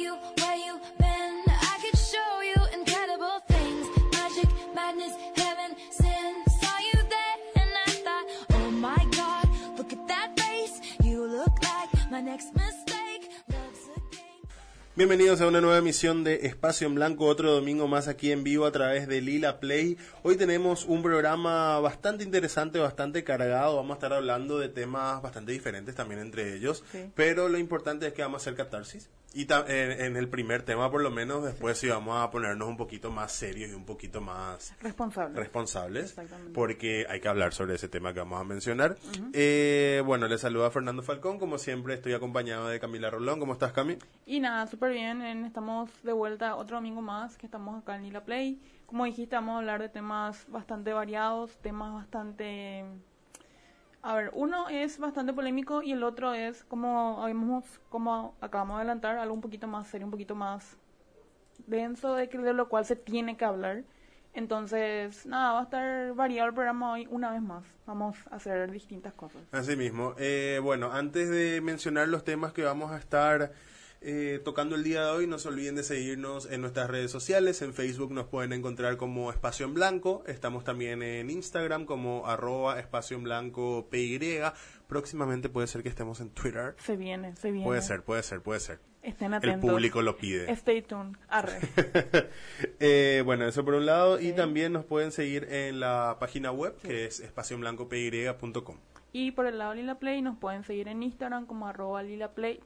you, where you been? I could show you incredible things. Magic, madness, heaven, sin. Saw you there and I thought, oh my God, look at that face. You look like my next mistake. Love's a game. Bienvenidos a una nueva emisión de Espacio en Blanco, otro domingo más aquí en vivo a través de Lila Play. Hoy tenemos un programa bastante interesante, bastante cargado. Vamos a estar hablando de temas bastante diferentes también entre ellos, Sí. pero lo importante es que vamos a hacer catarsis. Y en el primer tema por lo menos, después sí vamos a ponernos un poquito más serios y un poquito más responsables, Exactamente. porque hay que hablar sobre ese tema que vamos a mencionar. Bueno, les saluda Fernando Falcón, como siempre estoy acompañado de Camila Rolón. ¿Cómo estás, Cami? Y nada, súper bien, estamos de vuelta otro domingo más, que estamos acá en Lila Play. Como dijiste, vamos a hablar de temas bastante variados, temas bastante... A ver, uno es bastante polémico y el otro es, como acabamos de adelantar, algo un poquito más serio, un poquito más denso, de lo cual se tiene que hablar. Entonces, nada, va a estar variado el programa hoy una vez más. Vamos a hacer distintas cosas. Así mismo. Bueno, antes de mencionar los temas que vamos a estar tocando el día de hoy, no se olviden de seguirnos en nuestras redes sociales. En Facebook nos pueden encontrar como Espacio en Blanco. Estamos también en Instagram como @Espacio en Blanco PY. Próximamente puede ser que estemos en Twitter. Se viene. Puede ser. Estén El atentos. público lo pide. Stay tuned. Arre. Bueno, eso por un lado. Sí. Y también nos pueden seguir en la página web, que es espacioenblancopy.com. Y por el lado de Lila Play nos pueden seguir en Instagram como @lila_play,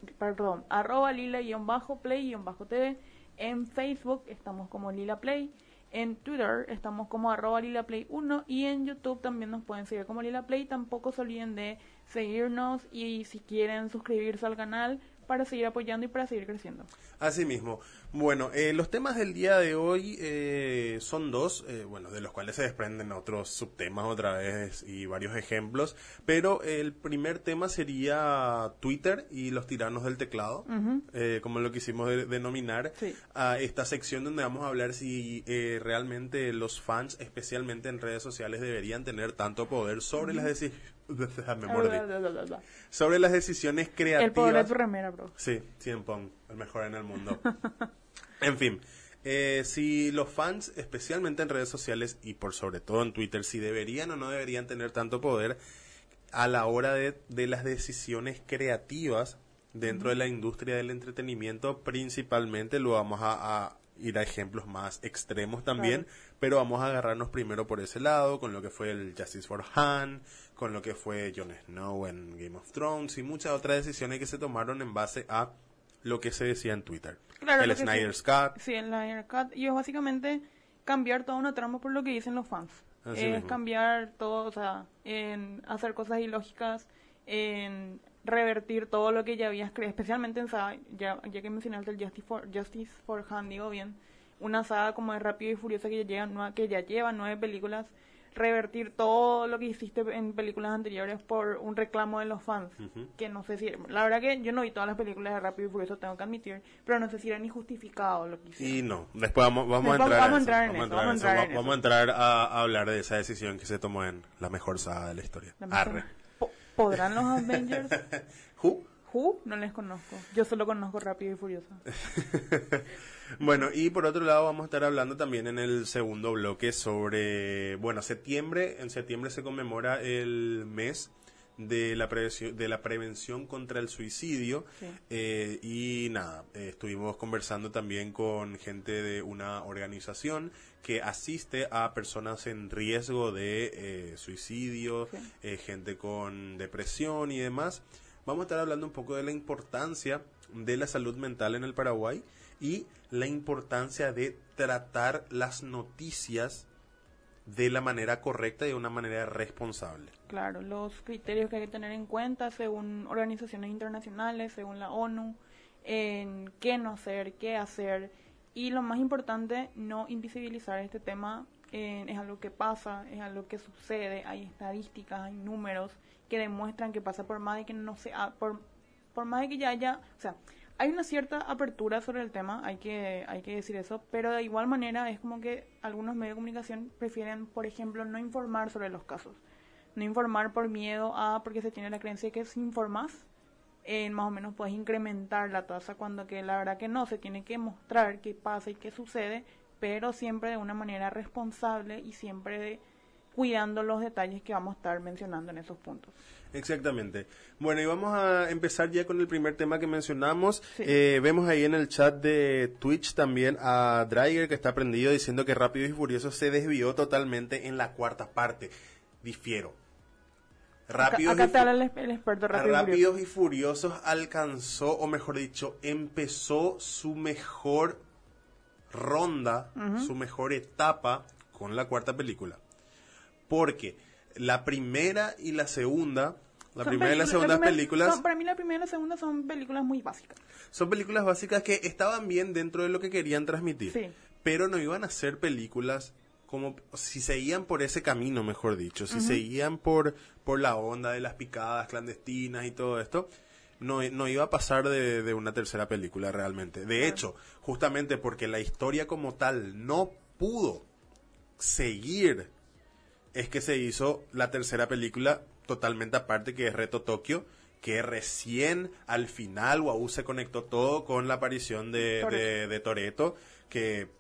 @lila_play_tv. En Facebook estamos como Lila Play. En Twitter estamos como @lilaplay1 y en YouTube también nos pueden seguir como Lila Play. Tampoco se olviden de seguirnos y si quieren suscribirse al canal para seguir apoyando y para seguir creciendo. Así mismo. Bueno, los temas del día de hoy son dos, bueno, de los cuales se desprenden otros subtemas otra vez y varios ejemplos, pero el primer tema sería Twitter y los tiranos del teclado, como lo quisimos denominar, Sí. a esta sección donde vamos a hablar si realmente los fans, especialmente en redes sociales, deberían tener tanto poder sobre las decisiones. Sobre las decisiones creativas. El poder de tu remera, bro. Sí, CM Punk, el mejor en el mundo. En fin, si los fans, especialmente en redes sociales y por sobre todo en Twitter, si deberían o no deberían tener tanto poder a la hora de las decisiones creativas dentro de la industria del entretenimiento, principalmente lo vamos a ir a ejemplos más extremos también, Claro. pero vamos a agarrarnos primero por ese lado, con lo que fue el Justice for Han, con lo que fue Jon Snow en Game of Thrones y muchas otras decisiones que se tomaron en base a lo que se decía en Twitter. Claro, El lo que Snyder's sí. Cut. Sí, el Snyder's Cut. Y es básicamente cambiar toda una trama por lo que dicen los fans. Así Es mismo. cambiar todo, o sea, en hacer cosas ilógicas, en revertir todo lo que ya habías creado, especialmente en saga, ya que mencionaste el Justice for Han, digo bien, una saga como de Rápido y Furioso que ya lleva 9 películas, revertir todo lo que hiciste en películas anteriores por un reclamo de los fans, que no sé si, la verdad que yo no vi todas las películas de Rápido y Furioso, tengo que admitir, pero no sé si era ni justificado lo que hicieron. Y no, después vamos a entrar a hablar de esa decisión que se tomó en la mejor saga de la historia. Arre. ¿Podrán los Avengers? Who? No les conozco. Yo solo conozco Rápido y Furioso. Bueno, y por otro lado vamos a estar hablando también en el segundo bloque sobre, bueno, en septiembre se conmemora el mes de la prevención contra el suicidio. Sí. Y nada, estuvimos conversando también con gente de una organización que asiste a personas en riesgo de suicidio, Sí. Gente con depresión y demás. Vamos a estar hablando un poco de la importancia de la salud mental en el Paraguay y la importancia de tratar las noticias de la manera correcta y de una manera responsable. Claro, los criterios que hay que tener en cuenta según organizaciones internacionales, según la ONU, en qué no hacer, qué hacer. Y lo más importante, no invisibilizar este tema. Es algo que pasa, es algo que sucede, hay estadísticas, hay números que demuestran que pasa por más de que no sea, por más de que ya haya, o sea, hay una cierta apertura sobre el tema, hay que decir eso, pero de igual manera es como que algunos medios de comunicación prefieren, por ejemplo, no informar sobre los casos, no informar por miedo a, porque se tiene la creencia de que si informas más o menos puedes incrementar la tasa, cuando que la verdad que no, se tiene que mostrar qué pasa y qué sucede, pero siempre de una manera responsable y siempre cuidando los detalles que vamos a estar mencionando en esos puntos. Exactamente. Bueno, y vamos a empezar ya con el primer tema que mencionamos. Sí. Vemos ahí en el chat de Twitch también a Dryer, que está prendido, diciendo que Rápido y Furioso se desvió totalmente en la cuarta parte. Difiero. Acá está el experto Rápidos y Furiosos alcanzó, o mejor dicho, empezó su mejor ronda, su mejor etapa con la cuarta película. Porque la primera y la segunda, películas... Para mí la primera y la segunda son películas muy básicas. Son películas básicas que estaban bien dentro de lo que querían transmitir. Sí. Pero no iban a ser películas como... Si seguían por ese camino, mejor dicho. Si seguían por la onda de las picadas clandestinas y todo esto... No iba a pasar de una tercera película realmente. De hecho, justamente porque la historia como tal no pudo seguir, es que se hizo la tercera película totalmente aparte, que es Reto Tokio, que recién al final Wahoo se conectó todo con la aparición de Toretto, que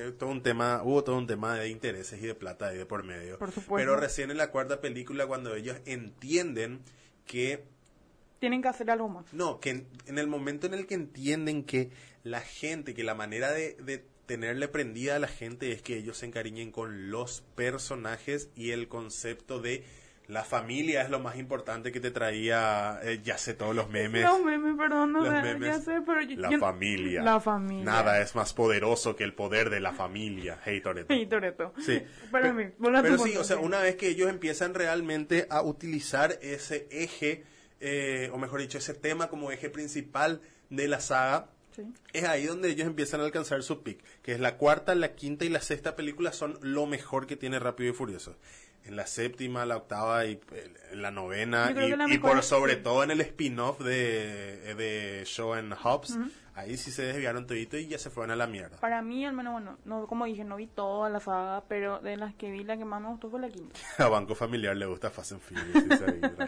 hubo todo un tema de intereses y de plata ahí de por medio. Por supuesto. Pero recién en la cuarta película, cuando ellos entienden que tienen que hacer algo más. No, que en el momento en el que entienden que la gente, que la manera de tenerle prendida a la gente es que ellos se encariñen con los personajes, y el concepto de la familia es lo más importante que te traía, ya sé, todos los memes. Los memes, perdón, no los sé, memes. ya sé, pero familia. La familia. Nada es más poderoso que el poder de la familia. Hey, Toretto. Hey, Toretto. Sí. Pero sí, o sea, una vez que ellos empiezan realmente a utilizar ese eje, o mejor dicho, ese tema como eje principal de la saga, sí, es ahí donde ellos empiezan a alcanzar su pick, que es la cuarta, la quinta y la sexta película son lo mejor que tiene Rápido y Furioso. En la séptima, la octava y en la novena, y por sobre todo en el spin-off de Shaw and Hobbs, ahí sí se desviaron todito y ya se fueron a la mierda. Para mí, al menos, bueno, no, como dije, no vi toda la saga, pero de las que vi, la que más me gustó fue la quinta. A Banco Familiar le gusta Fast and Furious.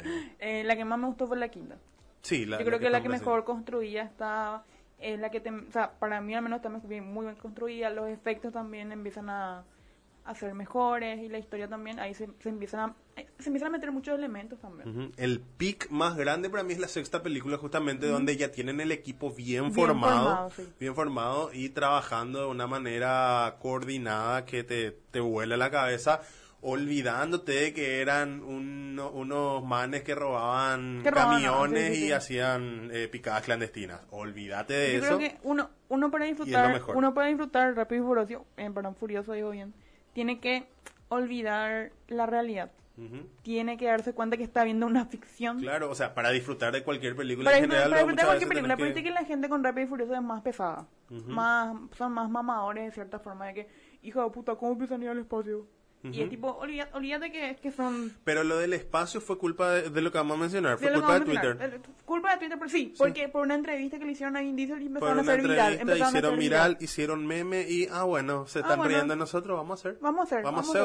La que más me gustó fue la quinta. Sí, yo creo que la que mejor construida está, es la que o sea, para mí al menos está muy bien construida, los efectos también empiezan a ser mejores, y la historia también, ahí se empiezan a meter muchos elementos también. El pick más grande para mí es la sexta película, justamente donde ya tienen el equipo bien formado, sí, bien formado y trabajando de una manera coordinada que te vuela la cabeza, olvidándote de que eran unos manes que robaban camiones y hacían picadas clandestinas. Olvídate de eso. Yo creo que uno para disfrutar Rápido y Furioso, digo bien, tiene que olvidar la realidad. Tiene que darse cuenta que está viendo una ficción. Claro, o sea, para disfrutar de cualquier película en general. Para disfrutar de cualquier película, pero que la gente con Rápido y Furioso es más pesada. Son más mamadores de cierta forma, de que, hija de puta, ¿cómo empiezan a ir al espacio? Y es tipo, olvídate que son... Pero lo del espacio fue culpa de lo que vamos a mencionar, fue culpa de Twitter. Culpa de Twitter, pero sí, porque por una entrevista que le hicieron a Vin Diesel y empezaron a hacer viral. Hicieron viral, hicieron meme y, bueno, se están riendo de nosotros, vamos a hacer. Vamos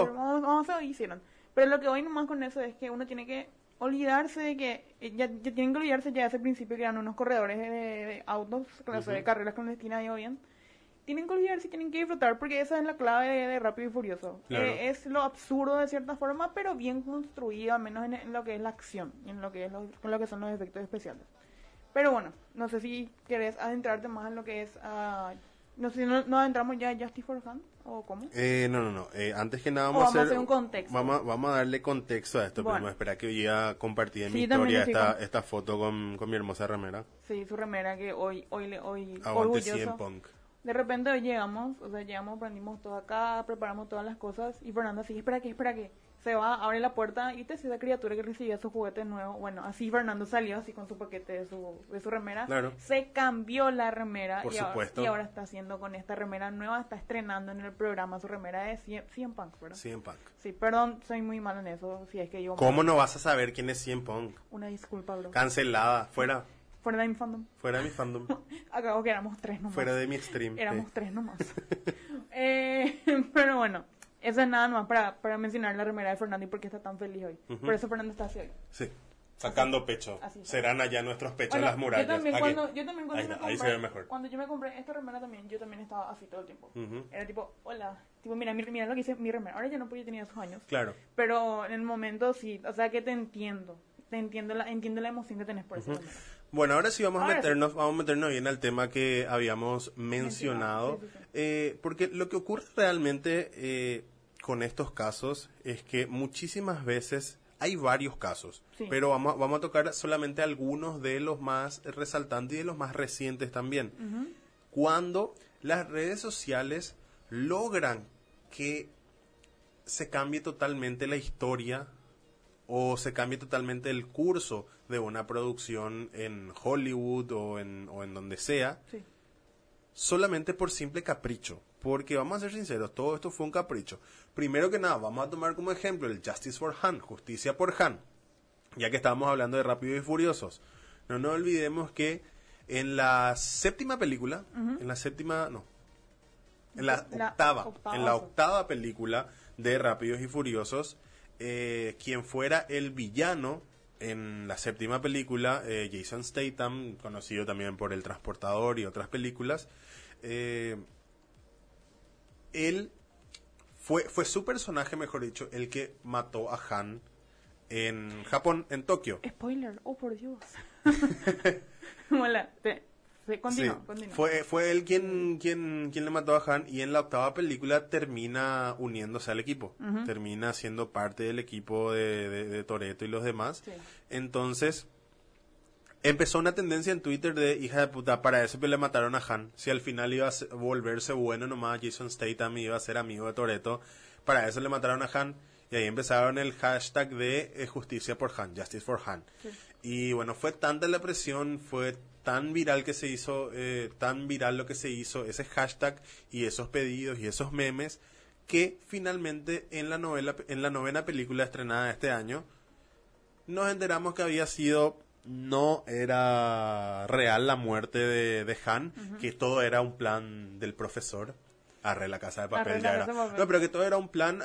a hacer, y hicieron. Pero lo que voy nomás con eso es que uno tiene que olvidarse de que, ya tienen que olvidarse ya de ese principio que eran unos corredores de autos, clase de carreras clandestinas, digo bien. Tienen que olvidarse, tienen que disfrutar, porque esa es la clave de Rápido y Furioso. Claro. Es lo absurdo de cierta forma, pero bien construido, al menos en lo que es la acción, en lo que es con lo que son los efectos especiales. Pero bueno, no sé si querés adentrarte más en lo que es... no sé si nos adentramos ya a Justice for Hand, o cómo. No. Antes que nada vamos a hacer un contexto. Vamos a darle contexto a esto. Bueno. Pero espera que hoy ya compartí en mi historia esta foto con mi hermosa remera. Sí, su remera que hoy Aguante orgulloso. CM Punk. De repente hoy llegamos, prendimos todo acá, preparamos todas las cosas, y Fernando así, espera que se va, abre la puerta, y esa criatura que recibía su juguete nuevo. Bueno, así Fernando salió así con su paquete de su remera. Claro. Se cambió la remera. Por supuesto. Y ahora está haciendo con esta remera nueva, está estrenando en el programa su remera de CM Punk, ¿verdad? CM Punk. Sí, perdón, soy muy malo en eso, si es que yo... ¿Cómo no vas a saber quién es CM Punk? Una disculpa, bro. Cancelada, fuera. Fuera de mi fandom. Fuera de mi fandom. Acabo que éramos 3 nomás. Fuera de mi stream. Éramos 3 nomás. Pero bueno, eso es nada más para mencionar la remera de Fernando y por qué está tan feliz hoy. Por eso Fernando está así hoy. Sí. Sacando pecho. Así. Serán allá nuestros pechos Bueno, las murallas. Yo también Aquí. cuando Ahí me está, ahí compré, se ve mejor. cuando yo me compré esta remera también, yo también estaba así todo el tiempo. Ujú. Era tipo, hola, tipo, mira lo que hice mi remera. Ahora ya no, porque yo tenía esos años. Claro. Pero en el momento sí, o sea que entiendo la emoción que tenés por esa remera. Bueno, ahora sí vamos a Ahora sí. meternos bien al tema que habíamos mencionado. Sí. Porque lo que ocurre realmente con estos casos es que muchísimas veces hay varios casos, Sí. pero vamos a tocar solamente algunos de los más resaltantes y de los más recientes también. Ujú. Cuando las redes sociales logran que se cambie totalmente la historia o se cambie totalmente el curso de una producción en Hollywood o en donde sea, Sí. solamente por simple capricho. Porque vamos a ser sinceros, todo esto fue un capricho. Primero que nada, vamos a tomar como ejemplo el Justice for Han, Justicia por Han, ya que estábamos hablando de Rápidos y Furiosos. No nos olvidemos que en la séptima película, en la octava película de Rápidos y Furiosos, quien fuera el villano en la séptima película, Jason Statham, conocido también por El Transportador y otras películas, él fue su personaje, mejor dicho, el que mató a Han en Japón, en Tokio. Spoiler, oh por Dios. Hola, continúa. Fue él quien le mató a Han, y en la octava película termina uniéndose al equipo. Ujú. Termina siendo parte del equipo de Toretto y los demás. Sí. Entonces, empezó una tendencia en Twitter de, hija de puta, para eso le mataron a Han. Si al final iba a volverse bueno nomás, Jason Statham iba a ser amigo de Toretto, para eso le mataron a Han. Y ahí empezaron el hashtag de Justicia por Han, Justice for Han. Sí. Y bueno, fue tanta la presión, fue tan viral que se hizo, tan viral lo que se hizo, ese hashtag y esos pedidos y esos memes, que finalmente en la novena película estrenada este año, nos enteramos que no era real la muerte de Han, que todo era un plan del profesor. Arre, La Casa de Papel Arre, ya La era. Casa de Papel. No, pero que todo era un plan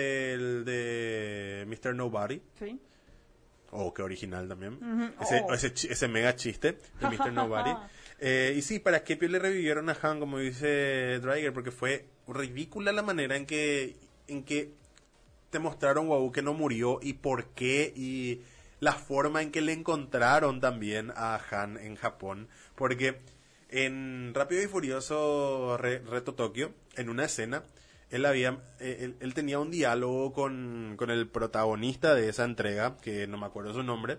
de Mr. Nobody. Sí. Oh, qué original también. Ujú. Ese mega chiste de Mr. Nobody. Y sí, ¿para qué le revivieron a Han, como dice Dreiger? Porque fue ridícula la manera en que te mostraron Wabu que no murió y por qué, y la forma en que le encontraron también a Han en Japón. Porque en Rápido y Furioso Reto Tokio, en una escena, él tenía un diálogo con el protagonista de esa entrega, que no me acuerdo su nombre.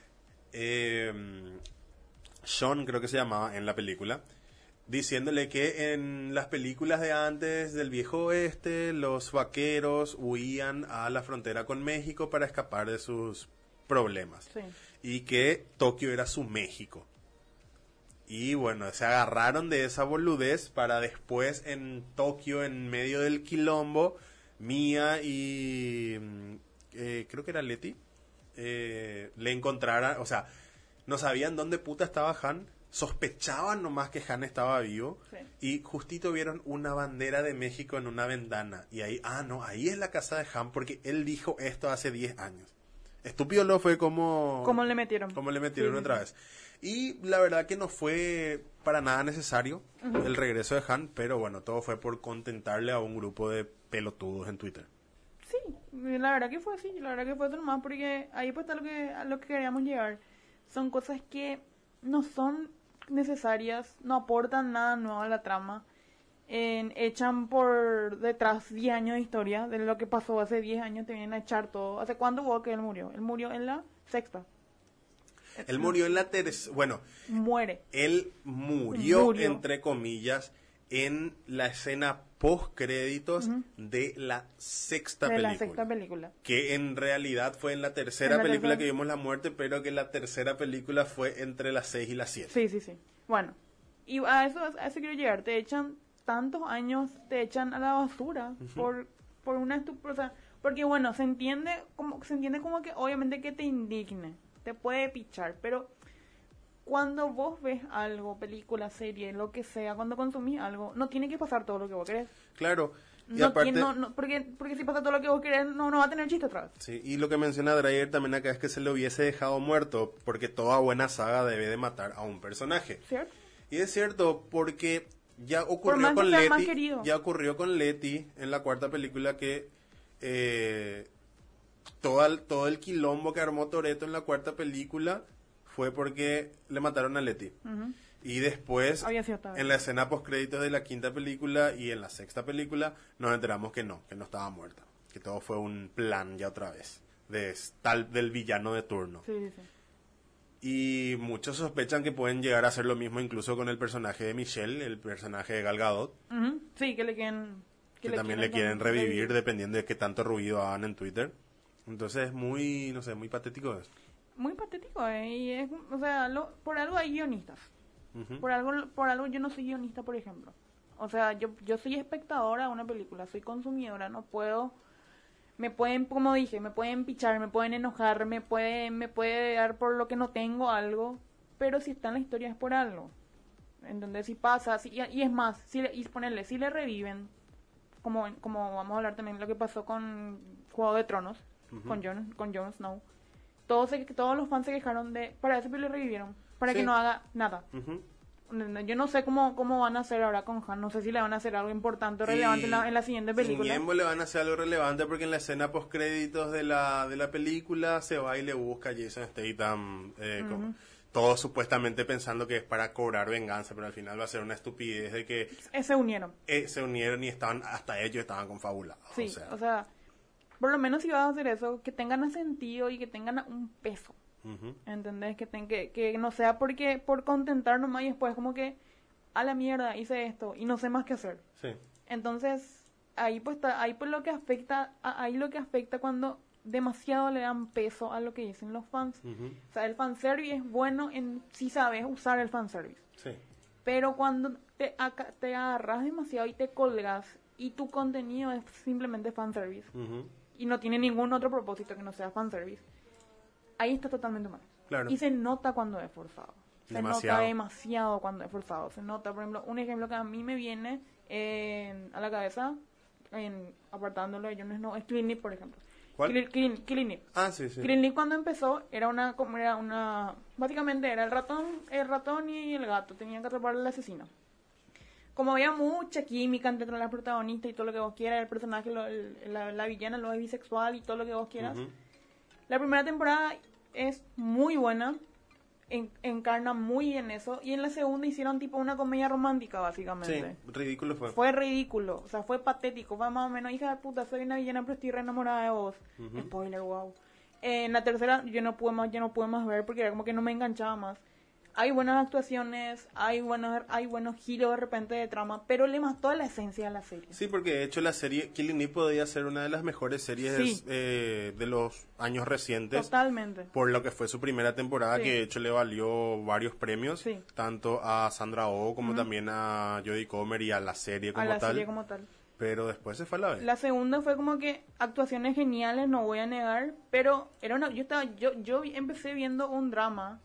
Sean, creo que se llamaba en la película, diciéndole que en las películas de antes del viejo oeste, los vaqueros huían a la frontera con México para escapar de sus problemas. Sí. Y que Tokio era su México. Y bueno, se agarraron de esa boludez para después en Tokio, en medio del quilombo, Mia y creo que era Leti, le encontraran, o sea, no sabían dónde puta estaba Han, sospechaban nomás que Han estaba vivo, Sí. y justito vieron una bandera de México en una ventana, y ahí, ahí es la casa de Han, porque él dijo esto hace 10 años. Estúpido lo fue como... ¿Cómo le metieron? Como le metieron Sí, otra sí. vez. Y la verdad que no fue para nada necesario el regreso de Han, pero bueno, todo fue por contentarle a un grupo de pelotudos en Twitter. Sí, la verdad que fue así, la verdad que fue eso nomás, porque ahí pues está a lo que queríamos llegar. Son cosas que no son necesarias, no aportan nada nuevo a la trama, echan por detrás 10 años de historia de lo que pasó hace 10 años, te vienen a echar todo. ¿Hace cuándo hubo que él murió? Él murió en la sexta. Él murió en la tercera, bueno, Muere. él murió, Murió. entre comillas, en la escena post créditos de la sexta De película. la sexta película. Que en realidad fue en la tercera En la película tercera. que vimos la muerte, pero que la tercera película fue entre las 6 y las 7. Sí, sí, sí. Bueno, y a eso quiero llegar. Te echan tantos años, te echan a la basura por una estupidez. O sea, porque bueno, se entiende como que obviamente que te indigne, te puede pichar, pero cuando vos ves algo, película, serie, lo que sea, cuando consumís algo, no tiene que pasar todo lo que vos querés. Claro, Y aparte, porque si pasa todo lo que vos querés, no va a tener chiste otra vez. sí, y lo que menciona Dreyer también acá es que se le hubiese dejado muerto, porque toda buena saga debe de matar a un personaje. ¿Cierto? Y es cierto, porque ya Por ocurrió más que con sea el más Letty, querido. ya ocurrió con Letty en la cuarta película que todo el quilombo que armó Toretto en la cuarta película fue porque le mataron a Letty. Ujú. Y después, Había sido tarde. en la escena postcréditos de la quinta película y en la sexta película, nos enteramos que no estaba muerta. Que todo fue un plan ya otra vez, del villano de turno. Sí, sí, sí. Y muchos sospechan que pueden llegar a hacer lo mismo incluso con el personaje de Michelle, el personaje de Gal Gadot, Ujú. Sí, que le quieren... que también le quieren revivir dependiendo de qué tanto ruido hagan en Twitter. Entonces es muy, no sé, muy patético eso. Muy patético, y es, o sea, por algo hay guionistas. Ujú. Por algo yo no soy guionista, por ejemplo. O sea, yo soy espectadora de una película, soy consumidora, no puedo... Me pueden, como dije, me pueden pichar, me pueden enojar, me puede dar por lo que no tengo algo, pero si está en la historia es por algo. Entonces, si pasa, y es más, y ponerle, si le reviven, como vamos a hablar también de lo que pasó con Juego de Tronos, Ujú. con Jon Snow, todos los fans se quejaron para eso, pero le revivieron, para Sí. que no haga nada. Ujú. Yo no sé cómo van a hacer ahora con Han, no sé si le van a hacer algo importante o relevante en la siguiente película. Y le van a hacer algo relevante porque en la escena post créditos de la película se va y le busca a Jason Statham, todo supuestamente pensando que es para cobrar venganza, pero al final va a ser una estupidez de que Se unieron. se unieron y hasta ellos estaban confabulados. Sí, o sea, por lo menos si vas a hacer eso, que tengan sentido y que tengan un peso. Ujú. ¿Entendés? Que no sea por contentar nomás y después como que a la mierda hice esto y no sé más qué hacer. Sí. Entonces, ahí lo que afecta cuando demasiado le dan peso a lo que dicen los fans. Ujú. O sea, el fanservice es bueno si sabes usar el fanservice. Sí. Pero cuando te agarras demasiado y te colgas y tu contenido es simplemente fanservice Ujú. y no tiene ningún otro propósito que no sea fanservice, ahí está totalmente mal. Claro. Y se nota cuando es forzado. Se Demasiado. nota demasiado cuando es forzado. Se nota, por ejemplo, un ejemplo que a mí me viene a la cabeza, apartándolo de Jon Snow, es Killing Eve, por ejemplo. ¿Cuál? Killing Eve. Ah, sí, sí. Killing Eve cuando empezó era básicamente era el ratón y el gato, tenían que atrapar al asesino. Como había mucha química entre la protagonista y todo lo que vos quieras, el personaje, la villana, lo es bisexual y todo lo que vos quieras. Ujú. La primera temporada es muy buena, encarna muy bien eso, y en la segunda hicieron tipo una comedia romántica, Sí, básicamente. ridículo fue. Fue ridículo, o sea, fue patético, fue más o menos, hija de puta, soy una villana pero estoy re enamorada de vos. Ujú. Spoiler, wow. En la tercera yo no pude más ver porque era como que no me enganchaba más. Hay buenas actuaciones, hay buenos giros de repente de trama, pero le mató la esencia de la serie. Sí, porque de hecho la serie Killing Eve podría ser una de las mejores series Sí. de los años recientes. Totalmente. Por lo que fue su primera temporada, Sí. que de hecho le valió varios premios, Sí. tanto a Sandra Oh como también a Jodie Comer y a la serie como A la tal. serie como tal. Pero después se fue a la vez. La segunda fue como que actuaciones geniales, no voy a negar, pero yo empecé viendo un drama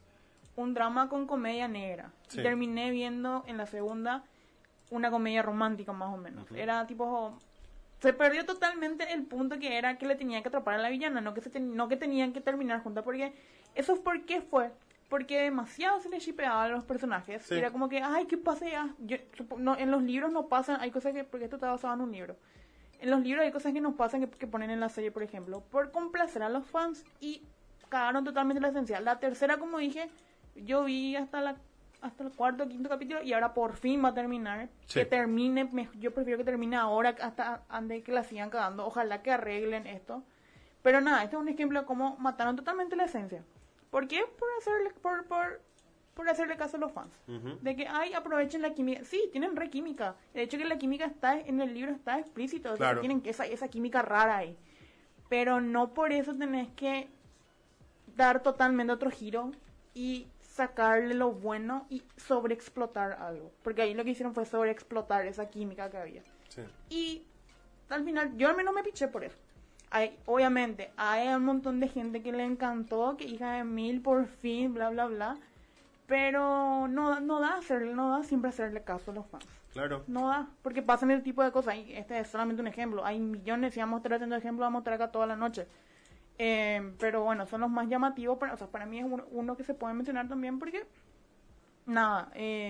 con comedia negra. Sí. Y terminé viendo en la segunda una comedia romántica más o menos. Ujú. Era tipo, se perdió totalmente el punto que era que le tenían que atrapar a la villana, no que tenían que terminar juntas, porque eso es porque porque demasiado se le shipeaba a los personajes. Sí. Y era como que, ay, ¿qué pasa ya? En los libros no pasan, hay cosas que, porque esto está basado en un libro. En los libros hay cosas que nos pasan que ponen en la serie, por ejemplo, por complacer a los fans y cagaron totalmente la esencia. La tercera, como dije, yo vi hasta el cuarto o quinto capítulo y ahora por fin va a terminar. Sí. Que termine, yo prefiero que termine ahora hasta antes de que la sigan cagando. Ojalá que arreglen esto. Pero nada, este es un ejemplo de cómo mataron totalmente la esencia. ¿Por qué? Por hacerle caso a los fans. Ujú. De que, ay, aprovechen la química. Sí, tienen re química. De hecho que la química está en el libro, está explícito. O sea, Claro. que tienen esa química rara ahí. Pero no por eso tenés que dar totalmente otro giro y sacarle lo bueno y sobreexplotar algo. Porque ahí lo que hicieron fue sobreexplotar esa química que había. Sí. Y al final, yo al menos me piché por eso. Obviamente, hay un montón de gente que le encantó, que hija de mil por fin, bla, bla, bla. Pero no da siempre hacerle caso a los fans. Claro. No da, porque pasan ese tipo de cosas. Y este es solamente un ejemplo. Hay millones, si vamos a estar haciendo ejemplos, vamos a estar acá toda la noche. Pero bueno, son los más llamativos. O sea, para mí es uno que se puede mencionar también porque, nada,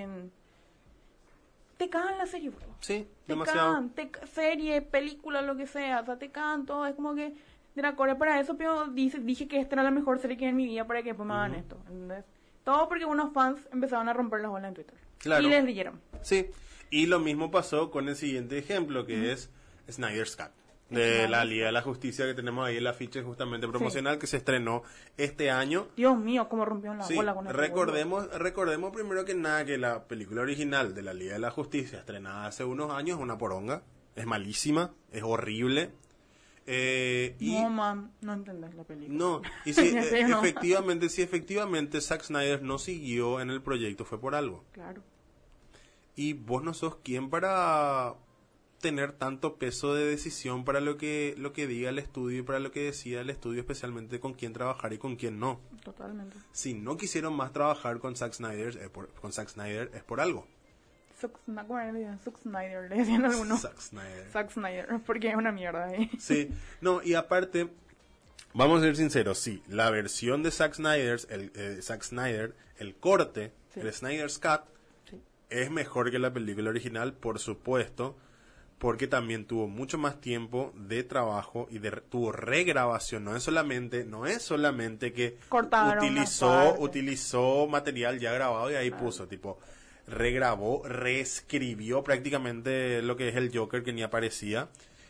te cagan la serie, bro. Sí, Te demasiado. cagan, serie, película, lo que sea. O sea, te cagan todo. Es como que, de la Corea para eso, pero dije que esta era la mejor serie que vi en mi vida para que después me hagan esto. ¿Entendés? Todo porque unos fans empezaron a romper las bolas en Twitter. Claro. Y les leyeron. Sí, y lo mismo pasó con el siguiente ejemplo, que es Snyder's Cut, de la Liga de la Justicia, que tenemos ahí el afiche justamente promocional, que se estrenó este año. Dios mío, cómo rompieron la Sí, bola con eso. recordemos primero que nada que la película original de la Liga de la Justicia, estrenada hace unos años, es una poronga, es malísima, es horrible. No, man, no entendés la película. No, y si En serio, no. efectivamente Zack Snyder no siguió en el proyecto, fue por algo. Claro. Y vos no sos quien para tener tanto peso de decisión para lo que diga el estudio y para lo que decida el estudio, especialmente con quién trabajar y con quién no. Totalmente. Si no quisieron más trabajar con Zack Snyder, es por algo. ¿Cómo era? Zack Snyder, le decían algunos. Zack Snyder. Zack Snyder, porque es una mierda ahí. Sí, no, y aparte, vamos a ser sinceros, sí, la versión de Zack Snyder, el corte, Sí. el Snyder's Cut, Sí. es mejor que la película original, por supuesto, porque también tuvo mucho más tiempo de trabajo y tuvo regrabación. No es solamente que Cortaron una parte. utilizó material ya grabado y ahí puso, tipo, regrabó, reescribió prácticamente lo que es el Joker que ni aparecía,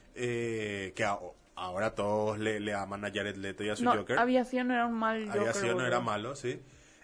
ahora todos le aman a Jared Leto y a su No, Joker. Aviación no era un mal Joker. Aviación no boludo. era malo, sí.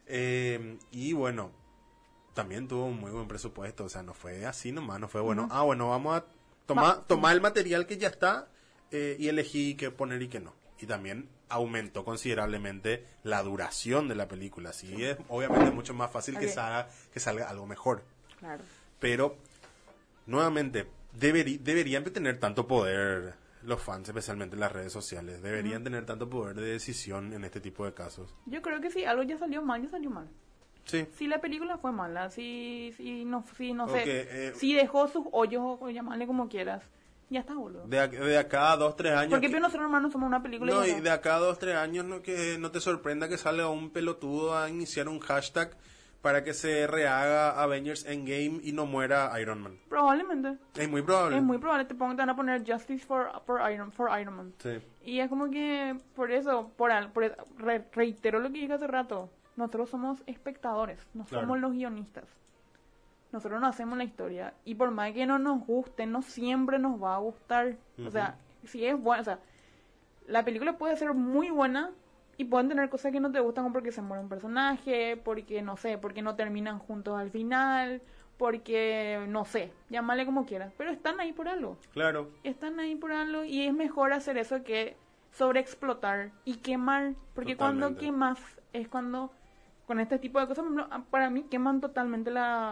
Y bueno, también tuvo un muy buen presupuesto, o sea, no fue así nomás, no fue bueno. Bueno, vamos a tomar el material que ya está y elegí qué poner y qué no. Y también aumentó considerablemente la duración de la película. Así es obviamente mucho más fácil Ok. que salga algo mejor. Claro. Pero, nuevamente, deberían tener tanto poder los fans, especialmente en las redes sociales. Deberían tener tanto poder de decisión en este tipo de casos. Yo creo que si algo ya salió mal, ya salió mal. Sí. Si la película fue mala, si no Ok, sé, si dejó sus hoyos, o llamarle como quieras, ya está, boludo. De acá a 2-3 años. Porque nosotros hermanos somos una película No, y y ya de acá a 2-3 años que no te sorprenda que salga un pelotudo a iniciar un hashtag para que se rehaga Avengers Endgame y no muera Iron Man. probablemente. Es muy probable. Es muy probable te van a poner Justice for Iron Man. Sí. Y es como que por eso, reitero lo que dije hace rato. Nosotros somos espectadores, no Claro. somos los guionistas. Nosotros no hacemos la historia. Y por más que no nos guste, no siempre nos va a gustar. O sea, si es buena, o sea, la película puede ser muy buena y pueden tener cosas que no te gustan como porque se muere un personaje, porque no sé, porque no terminan juntos al final, porque no sé, llámale como quieras. Pero están ahí por algo. Claro. Están ahí por algo y es mejor hacer eso que sobreexplotar y quemar. Porque cuando Totalmente. quemas es cuando, con este tipo de cosas, por ejemplo, para mí queman totalmente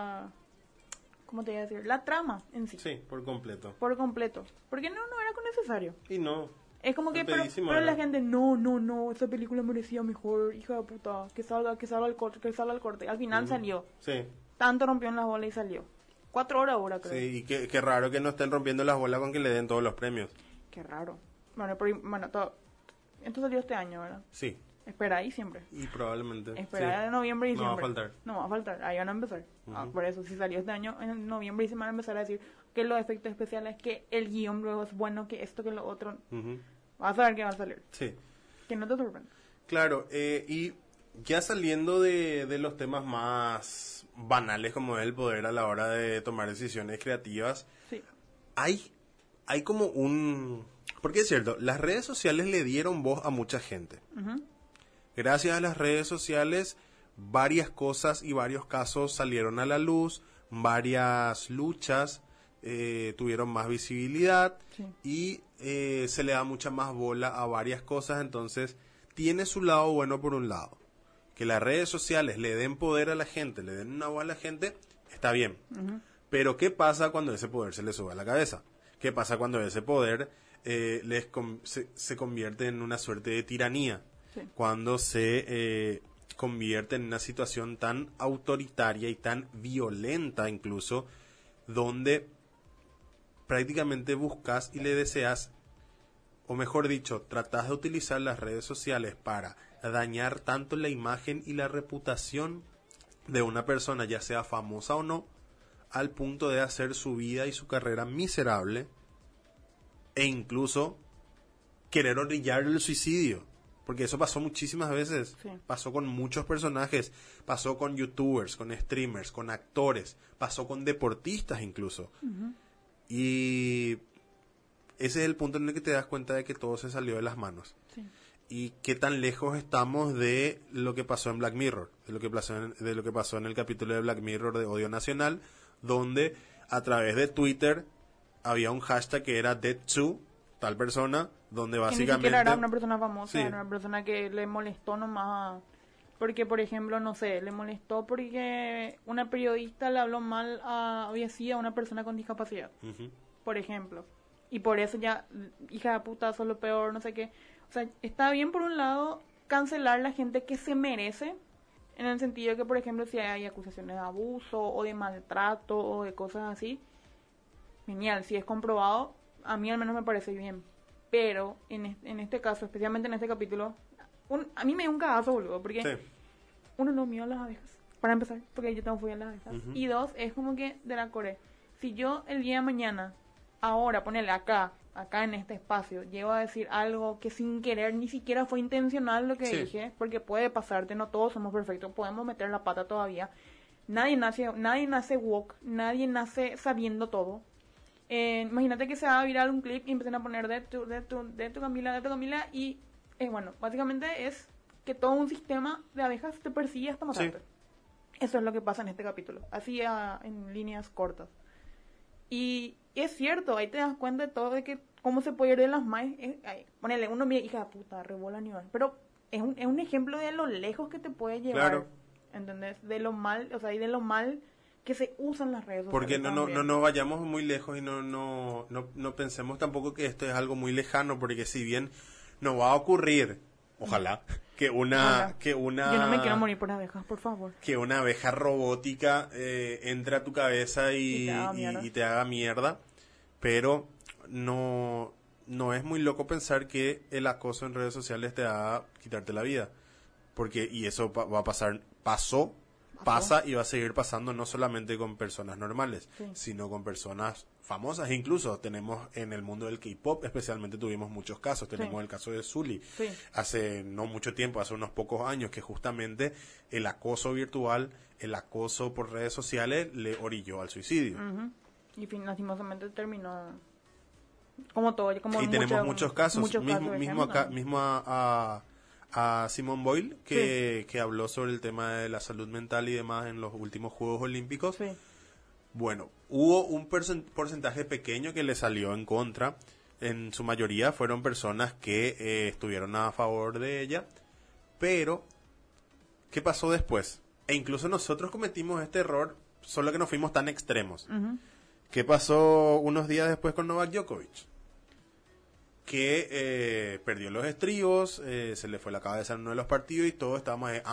¿cómo te voy a decir? La trama en sí. Sí, por completo. Por completo. Porque no era necesario. Y no. Es como que, pero Pedísimo la era. gente, no, esa película merecía mejor, hija de puta, que salga el corte. Al final salió. Sí. Tanto rompió en las bolas y salió. 4 horas ahora, creo. Sí, y qué raro que no estén rompiendo las bolas con que le den todos los premios. Qué raro. Bueno, esto salió este año, ¿verdad? Sí, Espera ahí siempre. y probablemente. Espera sí. de noviembre y No va a diciembre. faltar. No va a faltar. Ahí van a empezar. Por eso, si salió este año, en noviembre y se van a empezar a decir que los efectos especiales, que el guión luego es bueno, que esto, que lo otro. Ujú. Vas a ver qué va a salir. Sí. Que no te sorprenda. Claro, y ya saliendo de los temas más banales como es el poder a la hora de tomar decisiones creativas, Sí. hay como porque es cierto, las redes sociales le dieron voz a mucha gente. Gracias a las redes sociales, varias cosas y varios casos salieron a la luz, varias luchas tuvieron más visibilidad Sí. y se le da mucha más bola a varias cosas, entonces tiene su lado bueno por un lado. Que las redes sociales le den poder a la gente, le den una voz a la gente, está bien. Pero ¿qué pasa cuando ese poder se le sube a la cabeza? ¿Qué pasa cuando ese poder se convierte en una suerte de tiranía? Sí. Cuando se convierte en una situación tan autoritaria y tan violenta incluso, donde prácticamente buscas y le deseas, o mejor dicho, tratas de utilizar las redes sociales para dañar tanto la imagen y la reputación de una persona, ya sea famosa o no, al punto de hacer su vida y su carrera miserable e incluso querer orillar el suicidio. Porque eso pasó muchísimas veces. Sí. Pasó con muchos personajes. Pasó con youtubers, con streamers, con actores. Pasó con deportistas incluso. Y ese es el punto en el que te das cuenta de que todo se salió de las manos. Sí. Y qué tan lejos estamos de lo que pasó en Black Mirror. De lo que pasó en el capítulo de Black Mirror de Odio Nacional. Donde a través de Twitter había un hashtag que era Dead2, tal persona, donde Que ni básicamente... siquiera era una persona famosa, Sí. era una persona que le molestó nomás. Porque, por ejemplo, no sé, le molestó porque una periodista le habló mal había sido a una persona con discapacidad, Ujú. por ejemplo. Y por eso ya, hija de puta, sos lo peor, no sé qué. O sea, está bien por un lado cancelar la gente que se merece, en el sentido de que, por ejemplo, si hay acusaciones de abuso o de maltrato o de cosas así, genial, si es comprobado, a mí al menos me parece bien. Pero en este caso, especialmente en este capítulo, a mí me dio un cagazo, boludo, porque Sí. uno, no miedo a las abejas, para empezar, porque yo tengo fobia a las abejas. Ujú. Y dos, es como que de la Core, si yo el día de mañana, ahora, ponerle acá en este espacio, llego a decir algo que sin querer ni siquiera fue intencional lo que Sí. dije, porque puede pasarte, no todos somos perfectos, podemos meter la pata todavía. Nadie nace woke, nadie nace sabiendo todo. Imagínate que se va a viral un clip y empiezan a poner de tu Camila, y bueno, básicamente es que todo un sistema de abejas te persigue hasta matarte. Sí. Eso es lo que pasa en este capítulo, así en líneas cortas. Y es cierto, ahí te das cuenta de todo, de que cómo se puede ir de las manos. Ponele, uno mira, hija de puta, rebola nivel. Pero es un ejemplo de lo lejos que te puede llevar. Claro. ¿Entendés? De lo mal, o sea, y de lo mal que se usan las redes sociales. Porque no también. nos vayamos muy lejos y no pensemos tampoco que esto es algo muy lejano, porque si bien no va a ocurrir, ojalá, que Ojalá. Yo no me quiero una morir por abejas, por favor. que una abeja robótica entre a tu cabeza Y te haga mierda. y te haga mierda, pero no es muy loco pensar que el acoso en redes sociales te haga quitarte la vida, porque y eso va a pasar, pasa y va a seguir pasando, no solamente con personas normales, Sí. sino con personas famosas. Incluso tenemos en el mundo del K-pop, especialmente tuvimos muchos casos. Tenemos Sí. el caso de Sully, Sí. hace no mucho tiempo, hace unos pocos años, que justamente el acoso virtual, el acoso por redes sociales le orilló al suicidio. Ujú. Y lastimosamente terminó como todo, como Y tenemos muchos casos, muchos mismo, casos de mismo ejemplo. acá, mismo a Simone Boyle, que habló sobre el tema de la salud mental y demás en los últimos Juegos Olímpicos. Sí. Bueno, hubo un porcentaje pequeño que le salió en contra. En su mayoría fueron personas que estuvieron a favor de ella. Pero, ¿qué pasó después? E incluso nosotros cometimos este error, solo que no fuimos tan extremos. Ujú. ¿Qué pasó unos días después con Novak Djokovic? Que perdió los estribos, se le fue la cabeza en uno de los partidos y todos estábamos ahí,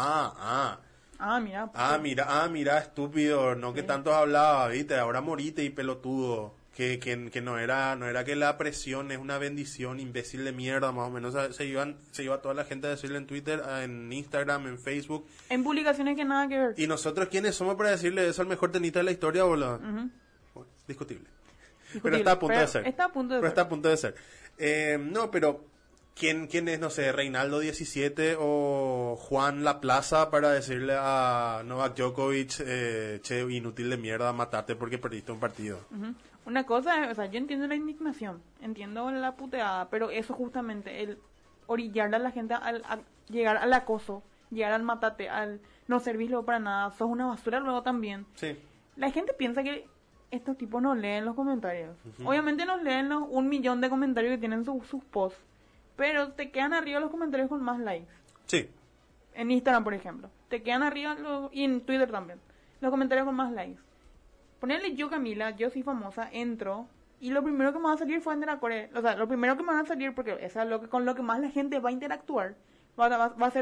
mira, estúpido, no que tanto hablaba, viste, ahora morite y pelotudo, que no era que la presión es una bendición, imbécil de mierda, más o menos. O sea, se iba toda la gente a decirle en Twitter, en Instagram, en Facebook. En publicaciones que nada que ver. ¿Y nosotros quiénes somos para decirle eso al mejor tenista de la historia, boludo? Ujú. Bueno, discutible. Pero Discutible, está a punto pero de ser. Está a punto de Pero ser. está a punto de ser. No, pero ¿quién es, no sé, Reinaldo 17 o Juan La Plaza para decirle a Novak Djokovic, che, inútil de mierda, matarte porque perdiste un partido? Ujú. Una cosa, o sea, yo entiendo la indignación, entiendo la puteada, pero eso justamente, el orillar a la gente a llegar al acoso, llegar al matate, al no servirlo para nada, sos una basura luego también. Sí. La gente piensa que estos tipos no leen los comentarios. Obviamente no leen los 1 millón de comentarios que tienen sus posts, pero te quedan arriba los comentarios con más likes. Sí. En Instagram, por ejemplo. Te quedan arriba y en Twitter también. Los comentarios con más likes. Ponerle yo, Camila, yo soy famosa, entro y lo primero que me va a salir fue en la Corea. O sea, lo primero que me van a salir, porque eso es con lo que más la gente va a interactuar, va a ser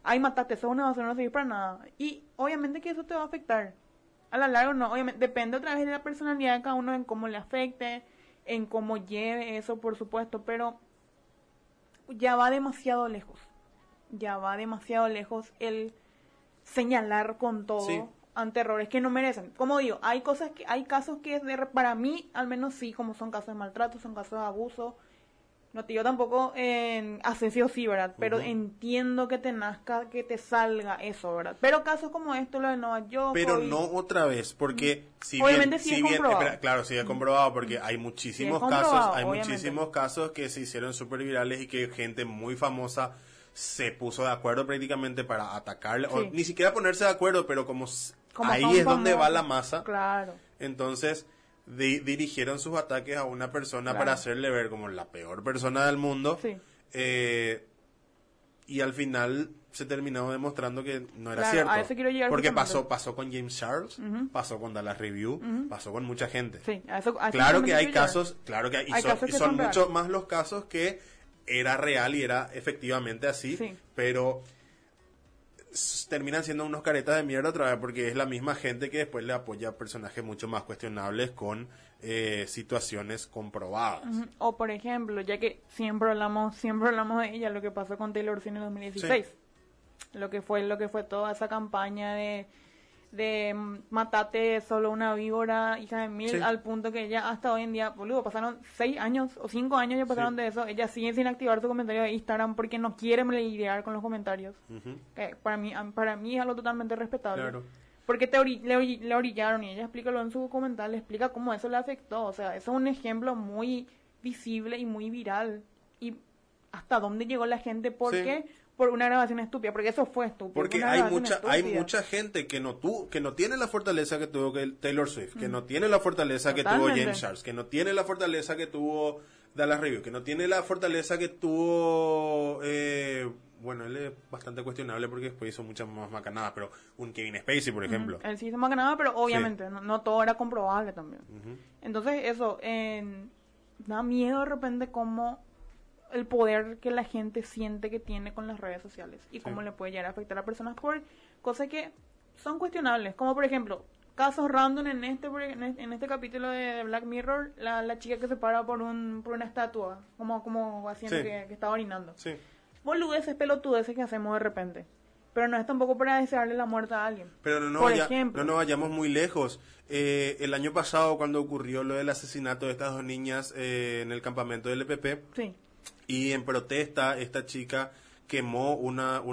ay, matate, sos una basura, no sirves para nada. Y obviamente que eso te va a afectar. A la larga no, obviamente, depende otra vez de la personalidad de cada uno, en cómo le afecte, en cómo lleve eso, por supuesto, pero ya va demasiado lejos. Ya va demasiado lejos el señalar con todo Sí. ante errores que no merecen. Como digo, hay casos que para mí, al menos sí, como son casos de maltrato, son casos de abuso. No te digo tampoco asesio sí, ¿verdad? Pero Ujú. entiendo que te nazca, que te salga eso, ¿verdad? Pero casos como esto, lo de Nueva York. Pero no otra vez, porque si Obviamente bien, sí es si bien, comprobado. espera, claro, sí es comprobado, porque hay muchísimos comprobado, casos, hay obviamente. muchísimos casos que se hicieron súper virales y que gente muy famosa se puso de acuerdo prácticamente para atacarle, o Sí. ni siquiera ponerse de acuerdo, pero como Como ahí son es donde va famosos. la masa, Claro. entonces dirigieron sus ataques a una persona Claro. para hacerle ver como la peor persona del mundo. Sí. Y al final se terminó demostrando que no era Claro, cierto. a eso quiero llegar Porque justamente. pasó con James Charles, pasó con Dallas Review, pasó con mucha gente. Sí, a eso Claro justamente que hay quiero llegar. casos, claro que hay, y Hay son, casos y que son son mucho reales. más los casos que era real y era efectivamente así, Sí. pero terminan siendo unos caretas de mierda otra vez porque es la misma gente que después le apoya a personajes mucho más cuestionables con situaciones comprobadas. Ujú. O por ejemplo, ya que siempre hablamos de ella, lo que pasó con Taylor Swift en el 2016. Lo que fue toda esa campaña de matate solo una víbora, hija de mil, Sí. al punto que ella hasta hoy en día, boludo, pasaron 6 años o 5 años ya pasaron Sí. de eso, ella sigue sin activar su comentario de Instagram porque no quiere lidiar con los comentarios. Ujú. Que para mí es algo totalmente respetable. Claro. Porque le orillaron y ella explica en su documental, explica cómo eso le afectó. O sea, eso es un ejemplo muy visible y muy viral. Y hasta dónde llegó la gente, ¿por Sí. qué? Por una grabación estúpida, porque eso fue estúpido. Porque fue una hay grabación hay estúpida. mucha gente que no tiene la fortaleza que tuvo Taylor Swift, que no tiene la fortaleza que tuvo Totalmente. James Charles, que no tiene la fortaleza que tuvo Dallas Review, que no tiene la fortaleza que tuvo bueno, él es bastante cuestionable porque después hizo muchas más macanadas, pero un Kevin Spacey, por ejemplo. Él sí hizo más que nada, pero obviamente no todo era comprobable también. Ujú. Entonces eso, da miedo de repente cómo el poder que la gente siente que tiene con las redes sociales y cómo le puede llegar a afectar a personas por cosas que son cuestionables, como por ejemplo casos random en este capítulo de Black Mirror, la chica que se para por una estatua como haciendo Sí. que estaba orinando. Sí. Boludeces, pelotudeces que hacemos de repente, pero no es tampoco para desearle la muerte a alguien. Pero Por ejemplo. no nos vayamos muy lejos. El año pasado, cuando ocurrió lo del asesinato de estas dos niñas en el campamento del EPP, Sí. y en protesta esta chica quemó una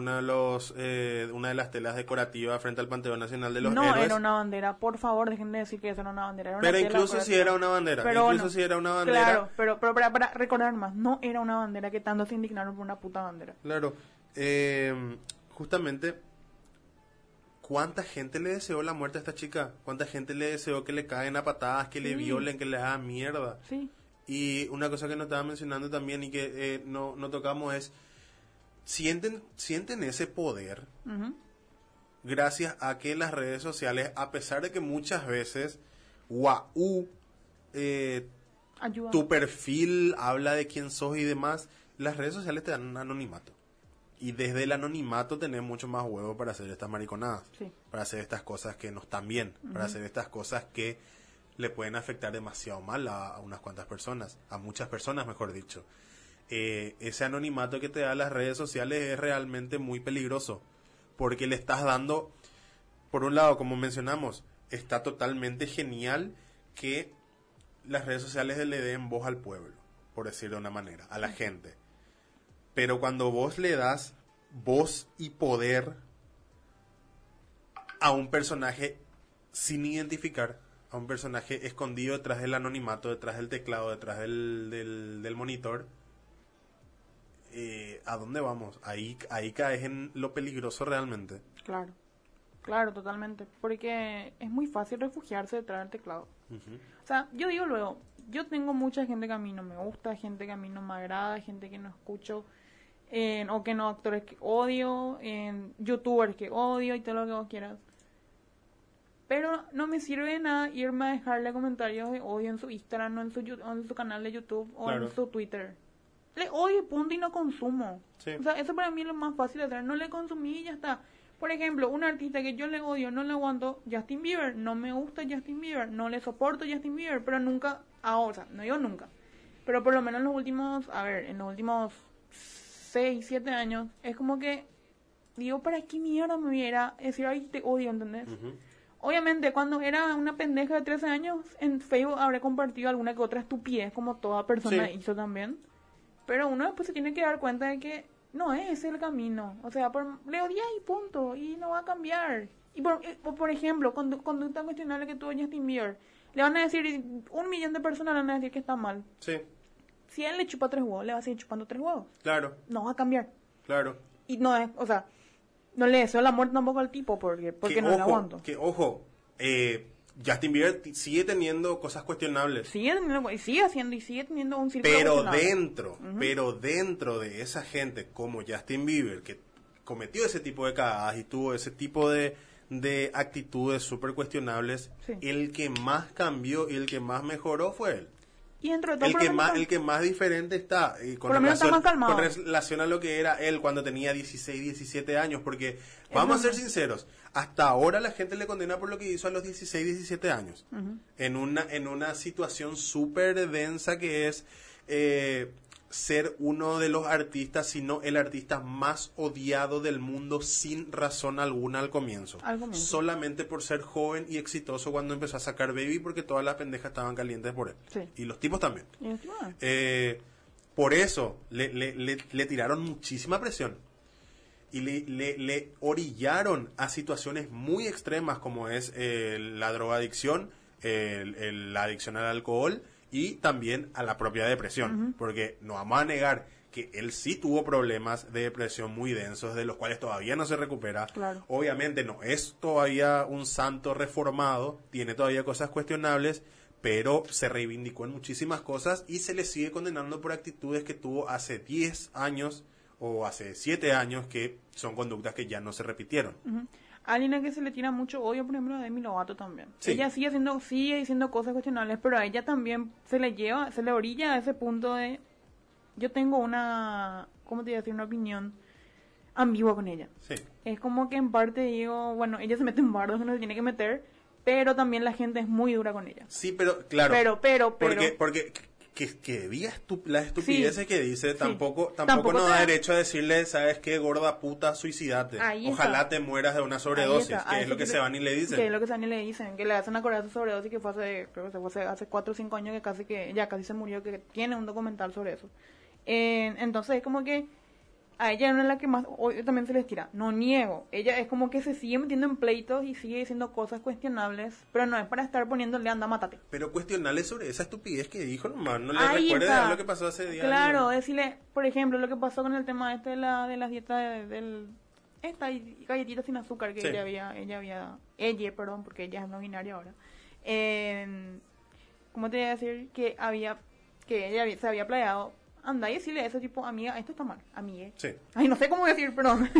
de las telas decorativas frente al Panteón Nacional de los No Héroes. era una bandera, por favor, dejen de decir que eso era una bandera. Era una Pero tela incluso si decorativa. era una bandera, Pero incluso bueno, si era una bandera. Claro, pero para recordar más, no era una bandera, que tanto se indignaron por una puta bandera. Claro, justamente, ¿cuánta gente le deseó la muerte a esta chica? ¿Cuánta gente le deseó que le caen a patadas, que le Sí. violen, que le hagan mierda? Sí, Y una cosa que nos estaba mencionando también y que no tocamos es, sienten ese poder ujú, gracias a que las redes sociales, a pesar de que muchas veces, ayuda. tu perfil habla de quién sos y demás, las redes sociales te dan un anonimato. Y desde el anonimato tenés mucho más huevo para hacer estas mariconadas, Sí. para hacer estas cosas que no están bien, para hacer estas cosas que le pueden afectar demasiado mal a unas cuantas personas, a muchas personas mejor dicho. Ese anonimato que te da las redes sociales es realmente muy peligroso, porque le estás dando, por un lado, como mencionamos, está totalmente genial que las redes sociales le den voz al pueblo, por decir de una manera, a la gente. Pero cuando vos le das voz y poder a un personaje sin identificar, a un personaje escondido detrás del anonimato, detrás del teclado, detrás del monitor, ¿a dónde vamos? Ahí caes en lo peligroso realmente. Claro, claro, totalmente. Porque es muy fácil refugiarse detrás del teclado. Ujú. O sea, yo digo luego, yo tengo mucha gente que a mí no me gusta, gente que a mí no me agrada, gente que no escucho, o que no, actores que odio, youtubers que odio y todo lo que vos quieras. Pero no me sirve de nada irme a dejarle comentarios de odio en su Instagram o en su canal de YouTube o Claro. en su Twitter. le odio, punto, y no consumo. Sí. O sea, eso para mí es lo más fácil de hacer. No le consumí y ya está. Por ejemplo, un artista que yo le odio, no le aguanto, Justin Bieber. No me gusta Justin Bieber. No le soporto Justin Bieber. Pero nunca, ahora, no digo nunca. Pero por lo menos en los últimos, en los últimos 6, 7 años, es como que, digo, ¿para qué mierda me viera decir, ay, te odio, ¿entendés? Obviamente, cuando era una pendeja de 13 años, en Facebook habré compartido alguna que otra estupidez, como toda persona Sí. hizo también. Pero uno después se tiene que dar cuenta de que no es ese el camino. O sea, le odias y punto, y no va a cambiar. Y por ejemplo, conducta cuestionable que tuvo Justin Bieber, le van a decir, 1 millón de personas le van a decir que está mal. Sí, Si él le chupa 3 huevos, le va a seguir chupando 3 huevos. claro, No va a cambiar. claro. Y no es, o sea, no le deseo la muerte tampoco al tipo porque no le aguanto. Que ojo, Justin Bieber sigue teniendo cosas cuestionables. Sigue teniendo, y sigue haciendo, y sigue teniendo un círculo Pero cuestionable. dentro de esa gente como Justin Bieber, que cometió ese tipo de cagadas y tuvo ese tipo de actitudes súper cuestionables, Sí. el que más cambió y el que más mejoró fue él. Y dentro de todo, por lo menos El que más diferente está con Por lo menos está más calmado. con relación a lo que era él cuando tenía 16, 17 años, porque vamos a ser sinceros, hasta ahora la gente le condena por lo que hizo a los 16, 17 años, en una situación súper densa que es ser uno de los artistas, sino el artista más odiado del mundo sin razón alguna al comienzo. Solamente por ser joven y exitoso cuando empezó a sacar Baby, porque todas las pendejas estaban calientes por él. Sí. Y los tipos también. Y encima, Por eso le tiraron muchísima presión. Y le orillaron a situaciones muy extremas como es la drogadicción, la adicción al alcohol y también a la propia depresión, porque no vamos a negar que él sí tuvo problemas de depresión muy densos, de los cuales todavía no se recupera. Claro. Obviamente no es todavía un santo reformado, tiene todavía cosas cuestionables, pero se reivindicó en muchísimas cosas y se le sigue condenando por actitudes que tuvo hace 10 años o hace 7 años, que son conductas que ya no se repitieron. alguien a que se le tira mucho odio, por ejemplo, a Demi Lovato también. Sí. Ella sigue diciendo cosas cuestionables, pero a ella también se le orilla a ese punto de, yo tengo una, ¿cómo te iba a decir? Una opinión ambigua con ella. Sí. Es como que en parte digo, bueno, ella se mete en bardos que no se tiene que meter, pero también la gente es muy dura con ella. Sí, pero claro. Pero. Porque que diga las estupideces que dice, sí. tampoco Tampoco nos da te da- derecho a decirle, ¿sabes qué? Gorda puta, suicidate. Ahí Ojalá está. te mueras de una Ahí sobredosis, está. que A es eso lo que se van y le dicen. Que es lo que se van y le dicen, que le hacen acordar su sobredosis, que fue creo que fue hace 4 o 5 años que ya casi se murió, que tiene un documental sobre eso. Entonces es como que a ella no es la que más hoy también se les tira, no niego, ella es como que se sigue metiendo en pleitos y sigue diciendo cosas cuestionables, pero no es para estar poniéndole anda, mátate. Pero cuestionarle sobre esa estupidez que dijo nomás, no le Ahí recuerde está. lo que pasó hace días. Claro, decirle, por ejemplo, lo que pasó con el tema de las dietas esta galletita sin azúcar que Sí. ella, perdón, porque ella es no binaria ahora. ¿Cómo te iba a decir? Que ella se había playado. Anda y decirle a ese tipo, amiga, esto está mal, amiga. Sí, Ay, no sé cómo decir, perdón.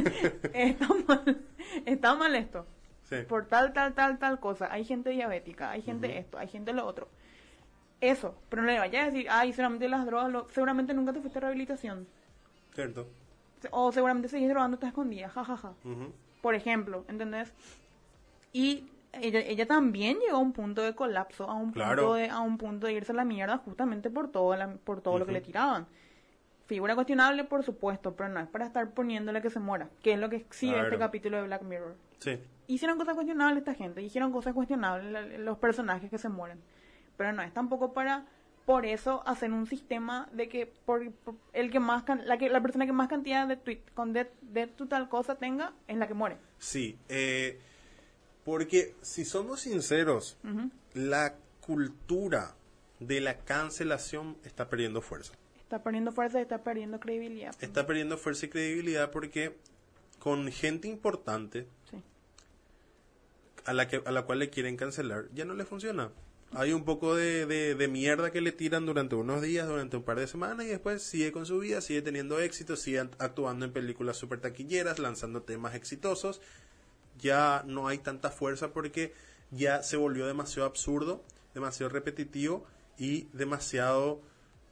Está mal esto. sí. Por tal cosa. Hay gente diabética, hay gente esto, hay gente lo otro. Eso, pero no le vayas a decir, ay, seguramente las drogas, seguramente nunca te fuiste a rehabilitación. Cierto. O seguramente seguís drogándote a escondidas, jajaja. Ujú. Por ejemplo, ¿entendés? Y ella también llegó a un punto de colapso, Claro. a un punto de irse a la mierda justamente por todo lo que le tiraban. Figura cuestionable, por supuesto, pero no es para estar poniéndole que se muera, que es lo que exhibe Claro. este capítulo de Black Mirror. Sí. Hicieron cosas cuestionables esta gente, hicieron cosas cuestionables los personajes que se mueren, pero no es tampoco para por eso hacer un sistema de que por el que más la persona que más cantidad de tweet con de tu tal cosa tenga es la que muere. Sí, porque si somos sinceros, la cultura de la cancelación está perdiendo fuerza. Está perdiendo fuerza y está perdiendo credibilidad. Está perdiendo fuerza y credibilidad porque con gente importante Sí. a la cual le quieren cancelar, ya no le funciona. Hay un poco de mierda que le tiran durante unos días, durante un par de semanas, y después sigue con su vida, sigue teniendo éxito, sigue actuando en películas super taquilleras, lanzando temas exitosos. Ya no hay tanta fuerza porque ya se volvió demasiado absurdo, demasiado repetitivo y demasiado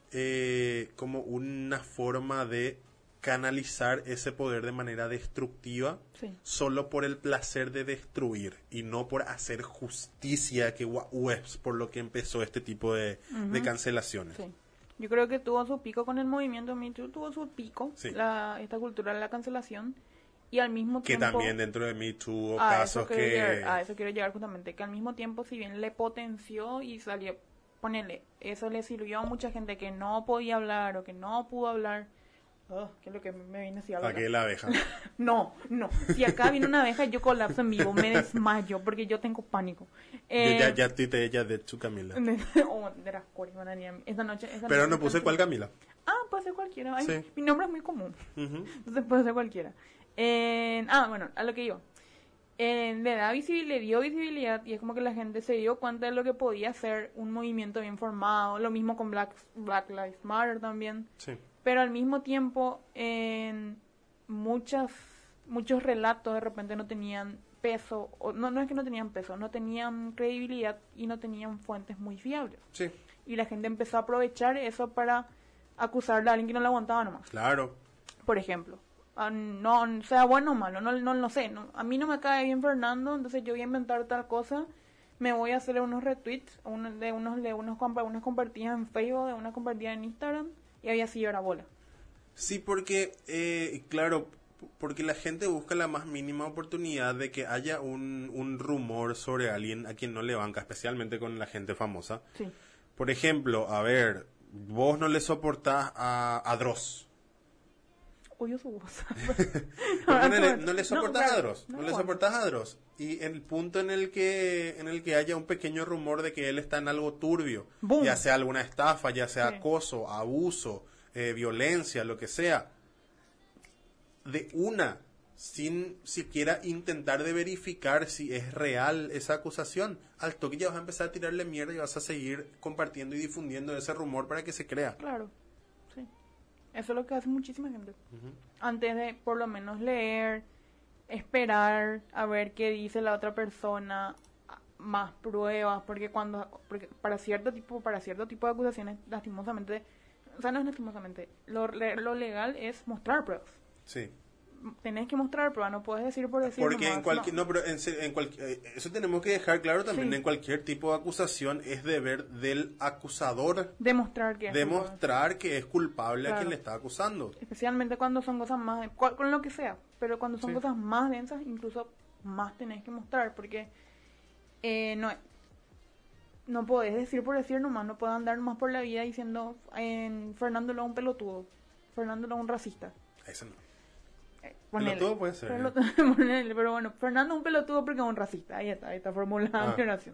como una forma de canalizar ese poder de manera destructiva Sí. solo por el placer de destruir y no por hacer justicia, que es por lo que empezó este tipo de cancelaciones. Sí. Yo creo que tuvo su pico con el movimiento Me Too, tuvo su pico, Sí. esta cultura de la cancelación, y al mismo Que tiempo... también dentro de Me Too hubo a casos eso quiero que... llegar, a eso quiero llegar justamente, que al mismo tiempo, si bien le potenció y salió, ponele, eso le sirvió a mucha gente que no podía hablar o que no pudo hablar. ¿Qué es lo que me viene así ahora? ¿Para qué la abeja? No. Si acá viene una abeja, yo colapso en vivo, me desmayo, porque yo tengo pánico. Yo ya tuiteé ella de su Camila. Oh, de las cores, van a venir. Esta noche... Pero no puse cuál Camila. Puede ser cualquiera. Ay, Sí. Mi nombre es muy común. Ujú. Entonces puede ser cualquiera. Bueno, a lo que iba. Le dio visibilidad y es como que la gente se dio cuenta de lo que podía ser un movimiento bien formado. Lo mismo con Black Lives Matter también. Sí. Pero al mismo tiempo, muchos relatos de repente no tenían peso. No es que no tenían peso, no tenían credibilidad y no tenían fuentes muy fiables. Sí, Y la gente empezó a aprovechar eso para acusarle a alguien que no le aguantaba nomás. claro. Por ejemplo, no sea bueno o malo, no sé, a mí no me cae bien Fernando, entonces yo voy a inventar tal cosa, me voy a hacer unos retweets, unas compartidas en Facebook, de unas compartidas en Instagram, y había sido la bola. Sí, porque, claro, porque la gente busca la más mínima oportunidad de que haya un rumor sobre alguien a quien no le banca, especialmente con la gente famosa. Sí. Por ejemplo, a ver, vos no le soportás a Dross. Odio su voz. No le soportás a Dross. No le aguanto. soportás a Dross. Y el punto en el que haya un pequeño rumor de que él está en algo turbio, Boom. ya sea alguna estafa, ya sea Sí. acoso, abuso, violencia, lo que sea, de una, sin siquiera intentar de verificar si es real esa acusación, al toque ya vas a empezar a tirarle mierda y vas a seguir compartiendo y difundiendo ese rumor para que se crea. Claro, sí. Eso es lo que hace muchísima gente. Antes de por lo menos leer, esperar a ver qué dice la otra persona, más pruebas, porque para cierto tipo de acusaciones, lastimosamente, o sea, no es lastimosamente, lo legal es mostrar pruebas. Sí. Tenés que mostrar pruebas, no puedes decir por decir Porque nomás, en cualquier, no. no, pero eso tenemos que dejar claro también, Sí. en cualquier tipo de acusación es deber del acusador Demostrar que es culpable. demostrar que es culpable a Claro. quien le está acusando. Especialmente cuando son cosas más, con lo que sea, pero cuando son Sí. cosas más densas, incluso más tenés que mostrar, porque no podés decir por decir nomás, no podés andar más por la vida diciendo Fernando lo es un pelotudo, Fernando lo es un racista. Eso no. Ponele. Pelotudo puede ser, Ponele, pero bueno, Fernando es un pelotudo porque es un racista, ahí está formulada la aclaración.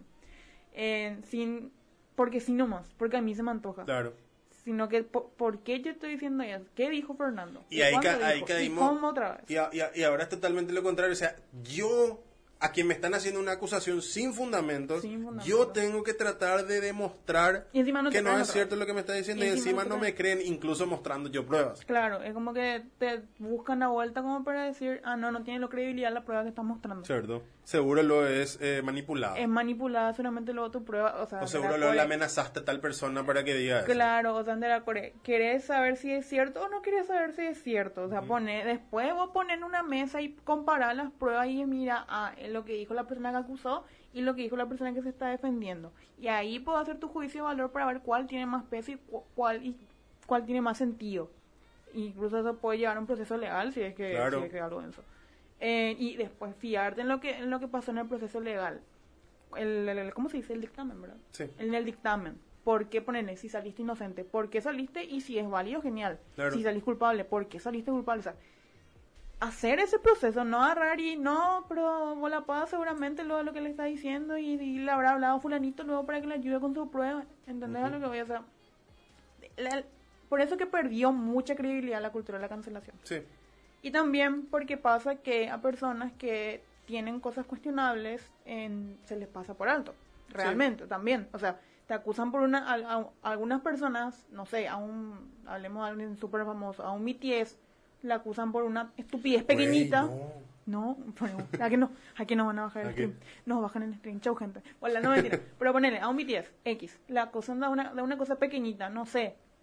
Porque sí nomás, porque a mí se me antoja. Claro. Sino que, ¿por qué yo estoy diciendo eso? ¿Qué dijo Fernando? Y ahí, cuándo ahí dijo? caímos. ¿Y cómo otra vez? Y ahora es totalmente lo contrario. O sea, yo, a quien me están haciendo una acusación sin fundamentos, Sin fundamentos. yo tengo que tratar de demostrar Y encima no te que no creen es otra cierto vez. lo que me está diciendo Y y encima encima no no te me creen, incluso mostrando yo pruebas. Claro, es como que te buscan la vuelta como para decir, no tiene la credibilidad la prueba que estás mostrando. Cierto. Seguro lo es manipulado. Es manipulada solamente luego tu prueba, o sea, O de seguro la lo core- le amenazaste a tal persona para que diga eso. Claro, o sea, de la core, ¿querés saber si es cierto o no querés saber si es cierto? O sea, después vos poner en una mesa y comparar las pruebas y mira lo que dijo la persona que acusó y lo que dijo la persona que se está defendiendo. Y ahí puedo hacer tu juicio de valor para ver cuál tiene más peso y cuál tiene más sentido. Incluso eso puede llevar a un proceso legal si es que, Claro. si es que algo de eso. Y después fiarte en lo que pasó en el proceso legal. ¿Cómo se dice? El dictamen, ¿verdad? Sí. En el dictamen. ¿Por qué ponerle si saliste inocente? ¿Por qué saliste? Y si es válido, genial. Claro. Si salís culpable, ¿por qué saliste culpable? O sea, hacer ese proceso, no agarrar y no, pero Volapaz seguramente lo que le está diciendo y le habrá hablado fulanito luego para que le ayude con su prueba. ¿Entendés a lo que voy a hacer? Por eso que perdió mucha credibilidad la cultura de la cancelación. Sí. Y también porque pasa que a personas que tienen cosas cuestionables se les pasa por alto. Realmente, también. O sea, te acusan por a algunas personas, no sé, hablemos de alguien súper famoso, a un BTS, le acusan por una estupidez pequeñita. Güey, No, bueno, aquí no van a bajar el ¿A stream. qué? Nos bajan el stream, chau gente. Bueno, no mentira. Pero ponele, a un BTS, X, le acusan de una cosa pequeñita, no sé,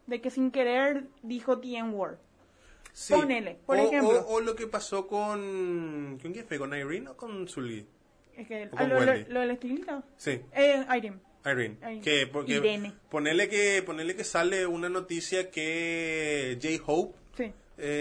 de que sin querer dijo the N-word. Sí. Ponele, por ejemplo. O lo que pasó con ¿quién fue? ¿Con Irene o con Sully? Es que O con lo Wendy. del estilista. Sí. Irene. Irene. Irene. Que porque Irene. ponele que sale una noticia que J-Hope Sí.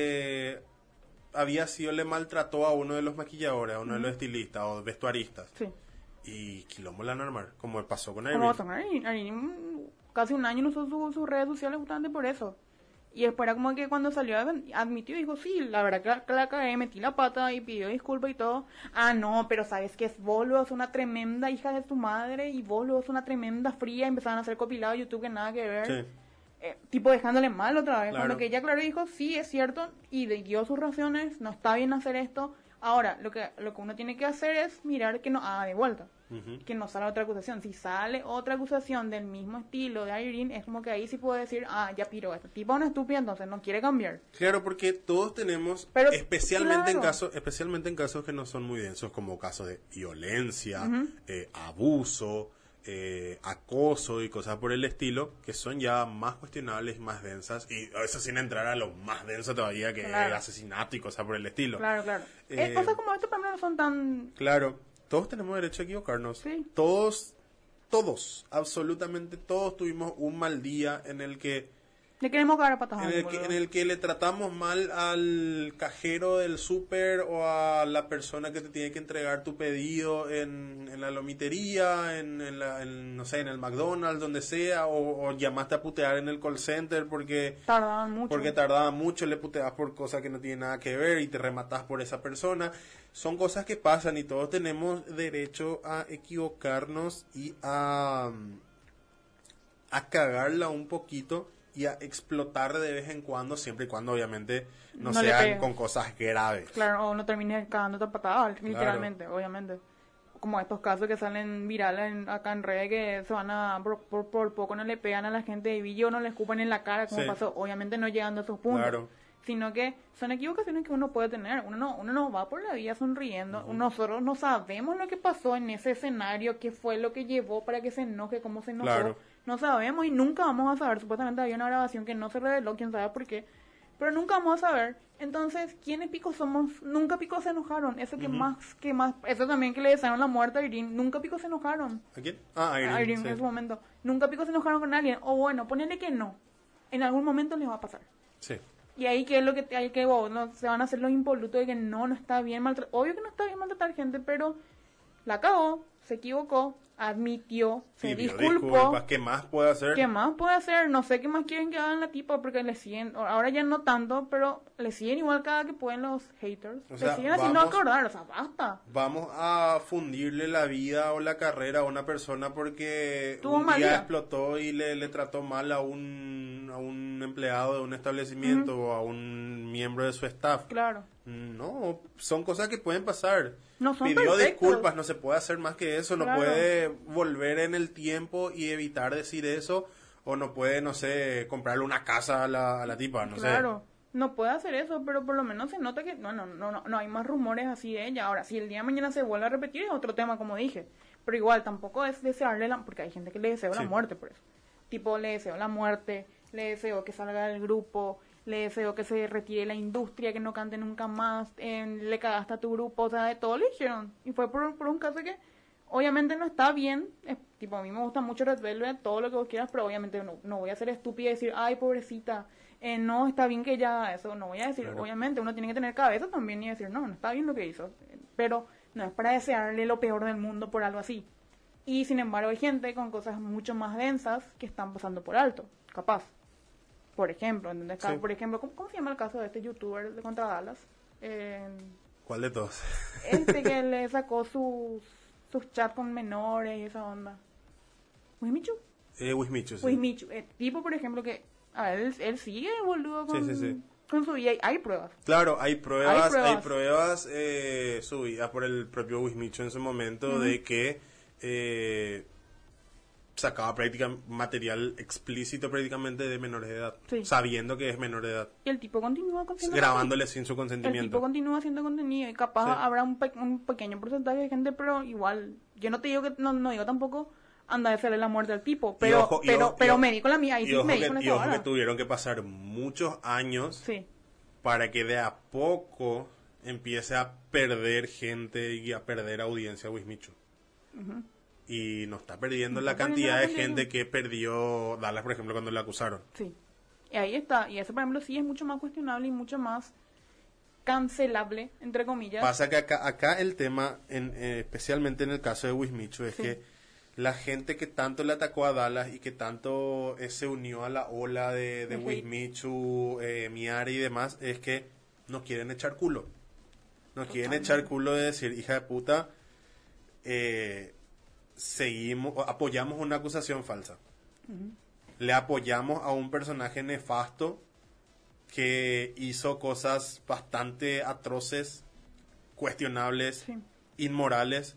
había sido, le maltrató a uno de los maquilladores, a uno de los estilistas o vestuaristas. Sí. Y quilombo la normal, como pasó con Como Irene. Irene, casi un año no usó sus redes sociales justamente por eso. Y después era como que cuando salió admitió y dijo, sí, la verdad que la cagué, metí la pata y pidió disculpas y todo. Ah, no, pero sabes que vos lo es una tremenda hija de tu madre y vos lo es una tremenda fría. Empezaron a hacer compilado de YouTube que nada que ver. Sí. Tipo dejándole mal otra vez. Claro. Cuando que ella claro dijo, sí, es cierto, y dio sus razones, no está bien hacer esto. Ahora, lo que uno tiene que hacer es mirar que no haga de vuelta. Ujú. Que no salga otra acusación. Si sale otra acusación del mismo estilo de Irene, es como que ahí sí puedo decir, ya piró, este tipo es una estúpida, entonces no quiere cambiar. Claro, porque todos tenemos, Pero, especialmente claro. en casos que no son muy densos, como casos de violencia, abuso, acoso y cosas por el estilo, que son ya más cuestionables y más densas, y a veces sin entrar a lo más denso todavía, que Claro. es asesinato y cosas por el estilo. Claro, claro. Eh, Cosas como esto para mí no son tan... Claro, todos tenemos derecho a equivocarnos. Sí. Todos, absolutamente todos tuvimos un mal día en el que Le queremos cagar a patas. en el que le tratamos mal al cajero del súper o a la persona que te tiene que entregar tu pedido en la lomitería, no sé, en el McDonald's, donde sea, o llamaste a putear en el call center porque Tardaban mucho. tardaba mucho, le puteas por cosas que no tienen nada que ver y te rematas por esa persona. Son cosas que pasan y todos tenemos derecho a equivocarnos y a cagarla un poquito y a explotar de vez en cuando, siempre y cuando obviamente no No le sean pegues. con cosas graves. Claro, o no termines cagándote a patadas, literalmente, obviamente. Como estos casos que salen virales acá en redes que se van a, por poco no le pegan a la gente de Villo, no le escupan en la cara, como Sí. pasó, obviamente no llegando a esos puntos. Claro. Sino que son equivocaciones que uno puede tener. Uno no va por la vida sonriendo. Nosotros no sabemos lo que pasó en ese escenario, qué fue lo que llevó para que se enoje, cómo se enojó. Claro. No sabemos y nunca vamos a saber. Supuestamente había una grabación que no se reveló, quién sabe por qué. Pero nunca vamos a saber. Entonces, ¿quiénes picos somos? Nunca picos se enojaron. Eso que más, eso también que le desearon la muerte a Irene. Nunca picos se enojaron. ¿A quién? Ah, a Irene, A Irene sí. en su momento. Nunca picos se enojaron con alguien. O bueno, ponele que no. En algún momento les va a pasar. Sí. Y ahí que es lo que hay que no, se van a hacer los impolutos de que no está bien maltratar. Obvio que no está bien maltratar gente, pero la cagó, se equivocó, admitió, se Pidió disculpó. disculpas, ¿qué más puede hacer? ¿Qué más puede hacer? No sé qué más quieren que hagan la tipa porque le siguen, ahora ya no tanto, pero le siguen igual cada que pueden los haters. O Le sea, siguen haciendo vamos- acordar, o sea, basta. Vamos a fundirle la vida o la carrera a una persona porque Tuvo un un mal día día. explotó y le trató mal a un empleado de un establecimiento o a un miembro de su staff. Claro. No, son cosas que pueden pasar. No son Pidió perfectos. disculpas, no se puede hacer más que eso, no Claro. puede volver en el tiempo y evitar decir eso, o no puede, no sé, comprarle una casa a la tipa, no Claro, no puede hacer eso, pero por lo menos se nota que no hay más rumores así de ella. Ahora, si el día de mañana se vuelve a repetir es otro tema, como dije. Pero igual, tampoco es desearle porque hay gente que le desea Sí. la muerte por eso. Tipo, le deseo la muerte, le deseo que salga del grupo, le deseo que se retire la industria, que no cante nunca más, le cagaste a tu grupo, o sea, de todo le dijeron. Y fue por un caso que obviamente no está bien. Tipo, a mí me gusta mucho Red Velvet, todo lo que vos quieras, pero obviamente no voy a ser estúpida y decir, ay, pobrecita, no está bien que ella haga eso. No voy a decir, Claro. obviamente uno tiene que tener cabeza también y decir, no está bien lo que hizo. Pero no es para desearle lo peor del mundo por algo así. Y sin embargo hay gente con cosas mucho más densas que están pasando por alto, capaz. Por ejemplo, ¿entendés? Sí. Por ejemplo, ¿cómo se llama el caso de este youtuber de contra Dallas? ¿Cuál de todos? Este que le sacó sus chats con menores y esa onda. ¿Wismichu? Wismichu, sí. Wismichu. Tipo, por ejemplo, que a ver, él sigue, boludo, con, Sí, sí, sí. con su vida. Hay pruebas. Claro, hay pruebas, Hay hay pruebas. pruebas subidas por el propio Wismichu en su momento de que sacaba material explícito prácticamente de menores de edad, Sí. sabiendo que es menor de edad, Y el tipo continúa haciendo grabándole sin su El tipo consentimiento. continúa haciendo contenido y capaz Sí. habrá un pequeño porcentaje de gente, pero igual, yo no te digo que, no digo tampoco anda a hacerle la muerte al tipo. Pero me di con la mía, ahí sí me di con y esa ojo que vara. tuvieron que pasar muchos años Sí, para que de a poco empiece a perder gente y a perder audiencia Wismichu. Y no está perdiendo No la está cantidad de perdiendo. gente que perdió Dallas, por ejemplo, cuando le acusaron. sí. Y ahí está. Y eso, por ejemplo, sí es mucho más cuestionable y mucho más cancelable, entre comillas. Pasa que acá el tema, especialmente en el caso de Wismichu, es Sí. que la gente que tanto le atacó a Dallas y que tanto se unió a la ola de De hate. Wismichu, Miari y demás, es que no quieren echar culo. No quieren Totalmente. echar culo de decir, hija de puta, apoyamos una acusación falsa. Le apoyamos a un personaje nefasto que hizo cosas bastante atroces, cuestionables, Sí. inmorales.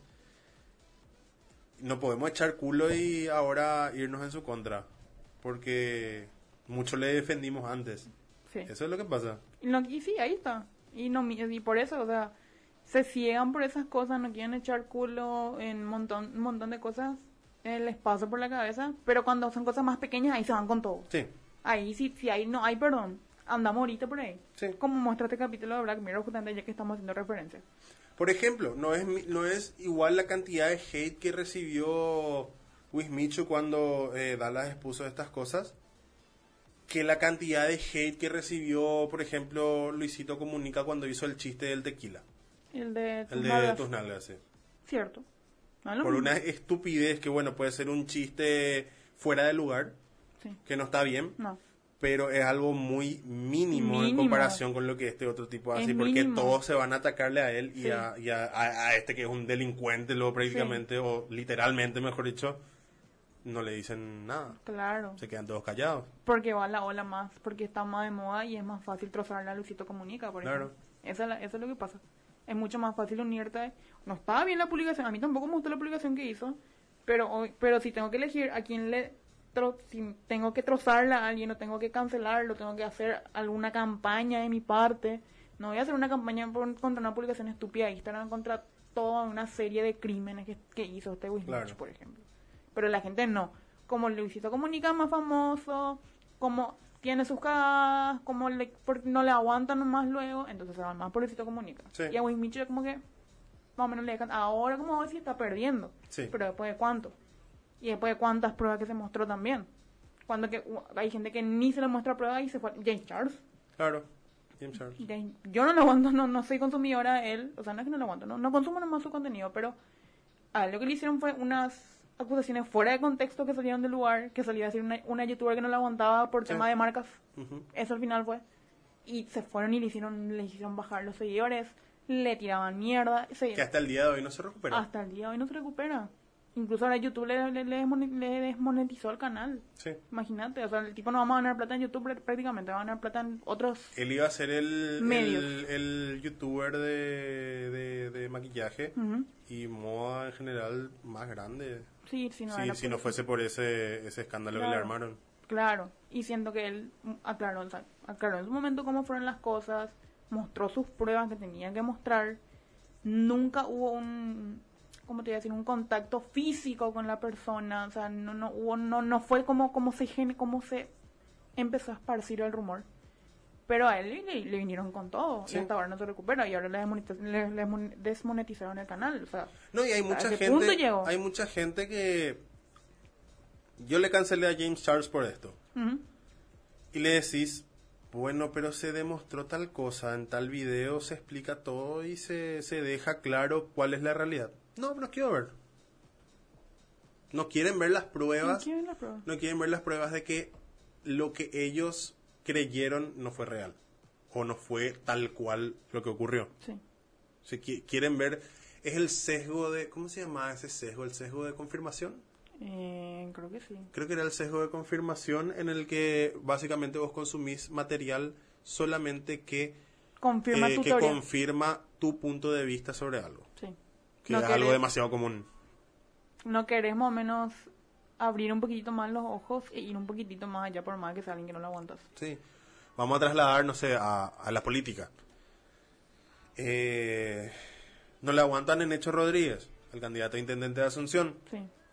No podemos echar culo y ahora irnos en su contra, porque mucho le defendimos antes. Sí. Eso es lo que pasa. Y sí, ahí está. Y por eso, o sea, se ciegan por esas cosas, no quieren echar culo en un montón de cosas, les pasa por la cabeza, pero cuando son cosas más pequeñas, ahí se van con todo. Sí, Ahí sí, ahí no hay perdón. Andamos ahorita por ahí. sí. Como muestra este capítulo de Black Mirror, justamente ya que estamos haciendo referencia. Por ejemplo, no es igual la cantidad de hate que recibió Wismichu cuando Dallas expuso estas cosas que la cantidad de hate que recibió, por ejemplo, Luisito Comunica cuando hizo el chiste del tequila. El de El de nalgas. tus nalgas, sí. Cierto. No es lo Por mismo. una estupidez que, bueno, puede ser un chiste fuera de lugar, Sí. que no está bien, No. pero es algo muy mínimo en Mínimo. comparación con lo que este otro tipo hace, Es porque mínimo. todos se van a atacarle a él y, Sí. a este que es un delincuente, luego prácticamente, o literalmente, mejor dicho, no le dicen nada. Claro. Se quedan todos callados. Porque va la ola más, porque está más de moda y es más fácil trozar la Luisito Comunica, por Claro. ejemplo. Eso es lo que pasa. Es mucho más fácil unirte. No estaba bien la publicación, a mí tampoco me gustó la publicación que hizo, pero si tengo que elegir a quién si tengo que trozarla a alguien, o tengo que cancelarlo, tengo que hacer alguna campaña de mi parte. No voy a hacer una campaña contra una publicación estúpida de Instagram, contra toda una serie de crímenes que hizo este Wismich, Claro. por ejemplo. Pero la gente no. Como Luisito Comunica más famoso, como tiene sus cagadas, como no le aguantan nomás luego, entonces se van más por Luisito Comunica. Sí. Y a Wismich como que más o menos le dejan. Ahora, como vos decís, está perdiendo. Sí. Pero después de cuánto. Y después de cuántas pruebas que se mostró también. Cuando hay gente que ni se le muestra pruebas y se fue. James Charles. Claro. James Charles. Yo no lo aguanto, no soy consumidora de él. O sea, no es que no lo aguanto, no consumo nomás su contenido, pero a él lo que le hicieron fue unas acusaciones fuera de contexto que salieron del lugar, que salió a decir una youtuber que no lo aguantaba por Sí. tema de marcas. Ujú. Eso al final fue. Y se fueron y le hicieron bajar los seguidores, le tiraban mierda. Que hasta el día de hoy no se recupera. Hasta el día de hoy no se recupera. Incluso ahora YouTube le desmonetizó el canal. Sí. Imagínate, o sea, el tipo no va a ganar plata en YouTube prácticamente, va a ganar plata en otros. Él iba a ser Medios. el youtuber de maquillaje Ujú. y moda en general más grande. Sí, si no, Sí, era si no por- fuese por ese escándalo que le Claro. armaron. Claro, y siento que él aclaró en su momento cómo fueron las cosas, mostró sus pruebas que tenía que mostrar. Nunca hubo ¿cómo te voy a decir? Un contacto físico con la persona, o sea, no fue como se empezó a esparcir el rumor. Pero a él le vinieron con todo, Sí. y hasta ahora no se recupera, y ahora le desmonetizaron el canal, o sea, No, y hay ¿a mucha qué punto gente, llegó? hay mucha gente que yo le cancelé a James Charles por esto. ujú, Y le decís, bueno, pero se demostró tal cosa, en tal video se explica todo y se deja claro cuál es la realidad. No, no quiero ver. No quieren ver las pruebas. ¿quién la prueba? No quieren ver las pruebas de que lo que ellos creyeron no fue real. O no fue tal cual lo que ocurrió. Sí, Si quieren ver, es el sesgo de, ¿cómo se llama ese sesgo? ¿El sesgo de confirmación? creo que sí. Creo que era el sesgo de confirmación en el que básicamente vos consumís material solamente que Confirma tu teoría. confirma tu punto de vista sobre algo. Sí. Que No es algo querés- demasiado común. No querés más o menos abrir un poquitito más los ojos e ir un poquitito más allá por más que sea alguien que no lo aguantas. Sí. Vamos a trasladar, no sé, a la política. No le aguantan en Hecho Rodríguez, el candidato a intendente de Asunción. Sí.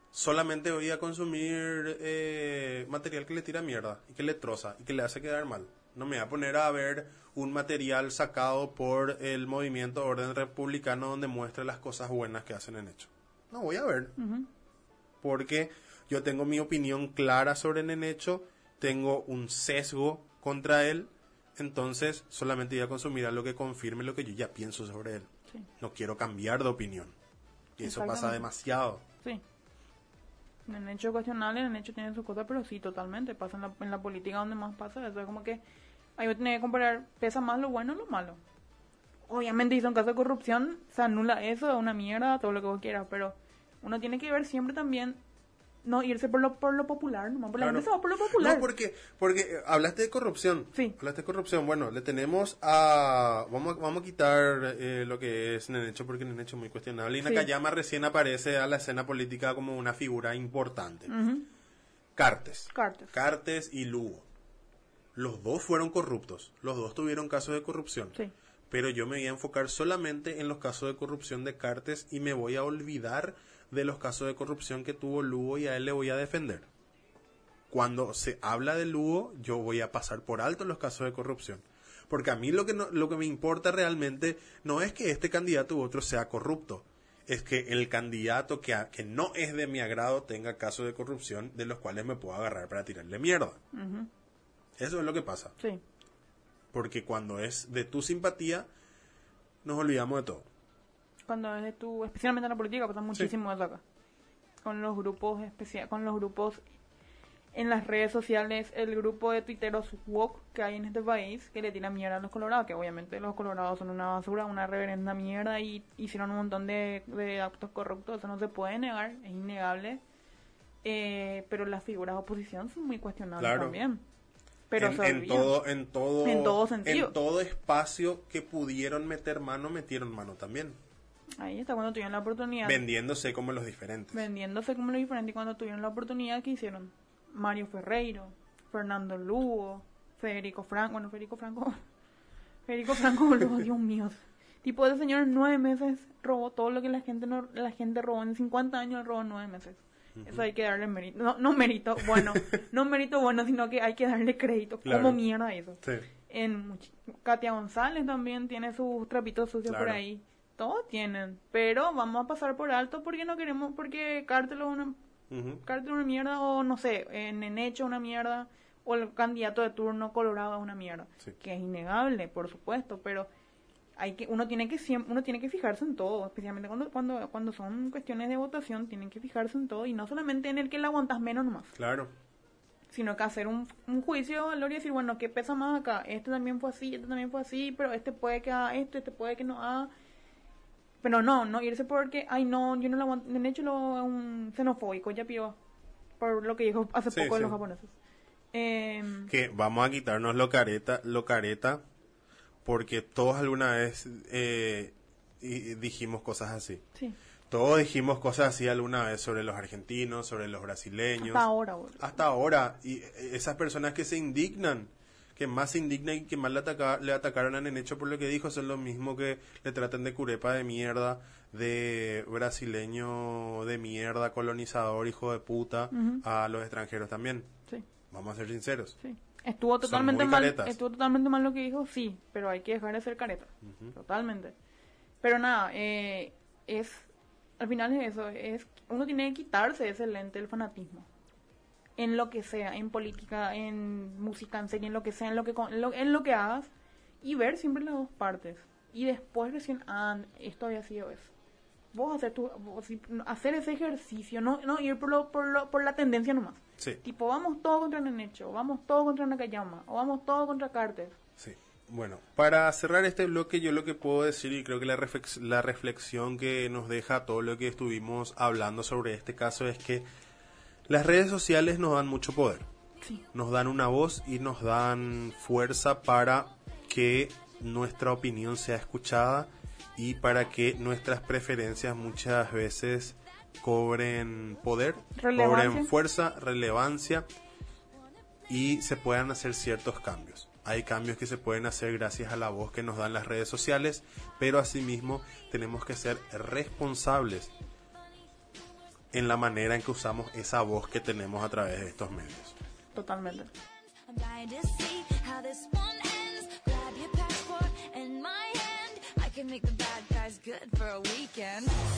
solamente voy a consumir material que le tira mierda y que le troza y que le hace quedar mal. No me voy a poner a ver un material sacado por el movimiento Orden Republicano donde muestra las cosas buenas que hacen en hecho. No voy a ver. Porque yo tengo mi opinión clara sobre Nenecho, tengo un sesgo contra él, entonces solamente voy a consumir algo que confirme lo que yo ya pienso sobre él. Sí. No quiero cambiar de opinión. Y eso pasa Exactamente. demasiado. Sí. En el hecho cuestionable, en el hecho tiene sus cosas, pero sí, totalmente. Pasa en la política donde más pasa eso. Es como que ahí voy a tener que comparar, pesa más lo bueno o lo malo. Obviamente, si son casos de corrupción, se anula eso, es una mierda, todo lo que vos quieras, pero uno tiene que ver siempre también, no irse por lo popular, nomás, por la gente se va por lo popular. No, porque hablaste de corrupción. Sí. Hablaste de corrupción. Bueno, le tenemos a... Vamos a quitar lo que es Nenecho, porque Nenecho es muy cuestionable. Y Sí. Nakayama recién aparece a la escena política como una figura importante. Ujú. Cartes. Cartes. Y Lugo. Los dos fueron corruptos. Los dos tuvieron casos de corrupción. Sí. Pero yo me voy a enfocar solamente en los casos de corrupción de Cartes y me voy a olvidar de los casos de corrupción que tuvo Lugo y a él le voy a defender. Cuando se habla de Lugo, yo voy a pasar por alto los casos de corrupción. Porque a mí lo que me importa realmente no es que este candidato u otro sea corrupto. Es que el candidato que no es de mi agrado tenga casos de corrupción de los cuales me puedo agarrar para tirarle mierda. Ujú. Eso es lo que pasa. Sí. Porque cuando es de tu simpatía, nos olvidamos de todo. Cuando es de tu, especialmente en la política, pasa muchísimo eso acá. Con los grupos con los grupos en las redes sociales, el grupo de tuiteros woke que hay en este país, que le tiran mierda a los colorados, que obviamente los colorados son una basura, una reverenda mierda, y hicieron un montón de actos corruptos, eso no se puede negar, es innegable. Pero las figuras de oposición son muy cuestionables Claro. también. Pero se en olvidan. todo sentido. En todo espacio que pudieron meter mano, metieron mano también. Ahí está, cuando tuvieron la oportunidad. Vendiéndose como los diferentes. Vendiéndose como lo diferente, y cuando tuvieron la oportunidad, ¿qué hicieron? Mario Ferreiro, Fernando Lugo, Federico Franco, boludo, Dios mío. Tipo, ese señor en 9 meses robó todo lo que la gente robó en 50 años, robó en 9 meses. Eso hay que darle mérito. No mérito bueno, sino que hay que darle crédito. Claro. ¿Cómo mierda eso? Sí. Katia González también tiene sus trapitos sucios Claro. por ahí. Todos tienen. Pero vamos a pasar por alto porque no queremos, porque Cártel es una mierda, o no sé, Nenecho una mierda, o el candidato de turno Colorado es una mierda. Sí. Que es innegable, por supuesto, pero uno tiene que fijarse en todo, especialmente cuando son cuestiones de votación, tienen que fijarse en todo, y no solamente en el que le aguantas menos nomás, Claro. sino que hacer un juicio de valor y decir, bueno, ¿qué pesa más acá? Este también fue así, pero este puede que haga esto, este puede que no haga. Pero no irse porque, ay no, yo no lo aguanto, de hecho lo es un xenofóbico, ya pidió, por lo que dijo hace Sí, poco de sí. los japoneses. Que vamos a quitarnos lo careta, porque todos alguna vez dijimos cosas así. Sí, Todos dijimos cosas así alguna vez sobre los argentinos, sobre los brasileños. hasta ahora, boludo. Hasta ahora. Y esas personas que se indignan, que más se indignan y que más le atacaron a Nenecho por lo que dijo, son lo mismo que le tratan de curepa de mierda, de brasileño de mierda, colonizador, hijo de puta, a los extranjeros también. Sí, Vamos a ser sinceros. sí. Estuvo Son totalmente muy mal, caretas. lo que dijo, sí, pero hay que dejar de ser careta. Totalmente. Pero nada, al final es eso, uno tiene que quitarse ese lente del fanatismo. En lo que sea, en política, en música, en serie, en lo que sea, en lo que hagas, y ver siempre las dos partes. Y después recién, esto había sido eso. Vos hacer ese ejercicio, no ir por la tendencia nomás. Sí, Tipo, vamos todos contra Nenecho, vamos todos contra Nakayama, o vamos todos contra Carter. sí. Bueno, para cerrar este bloque, yo lo que puedo decir, y creo que la reflexión que nos deja todo lo que estuvimos hablando sobre este caso, es que las redes sociales nos dan mucho poder. Sí. Nos dan una voz y nos dan fuerza para que nuestra opinión sea escuchada y para que nuestras preferencias muchas veces cobren poder, Relevancia. cobren fuerza, relevancia y se puedan hacer ciertos cambios. Hay cambios que se pueden hacer gracias a la voz que nos dan las redes sociales, pero asimismo tenemos que ser responsables en la manera en que usamos esa voz que tenemos a través de estos medios. Totalmente. I'm dying to see how this one ends. Grab your passport and my hand. I can make the bad guys good for a weekend.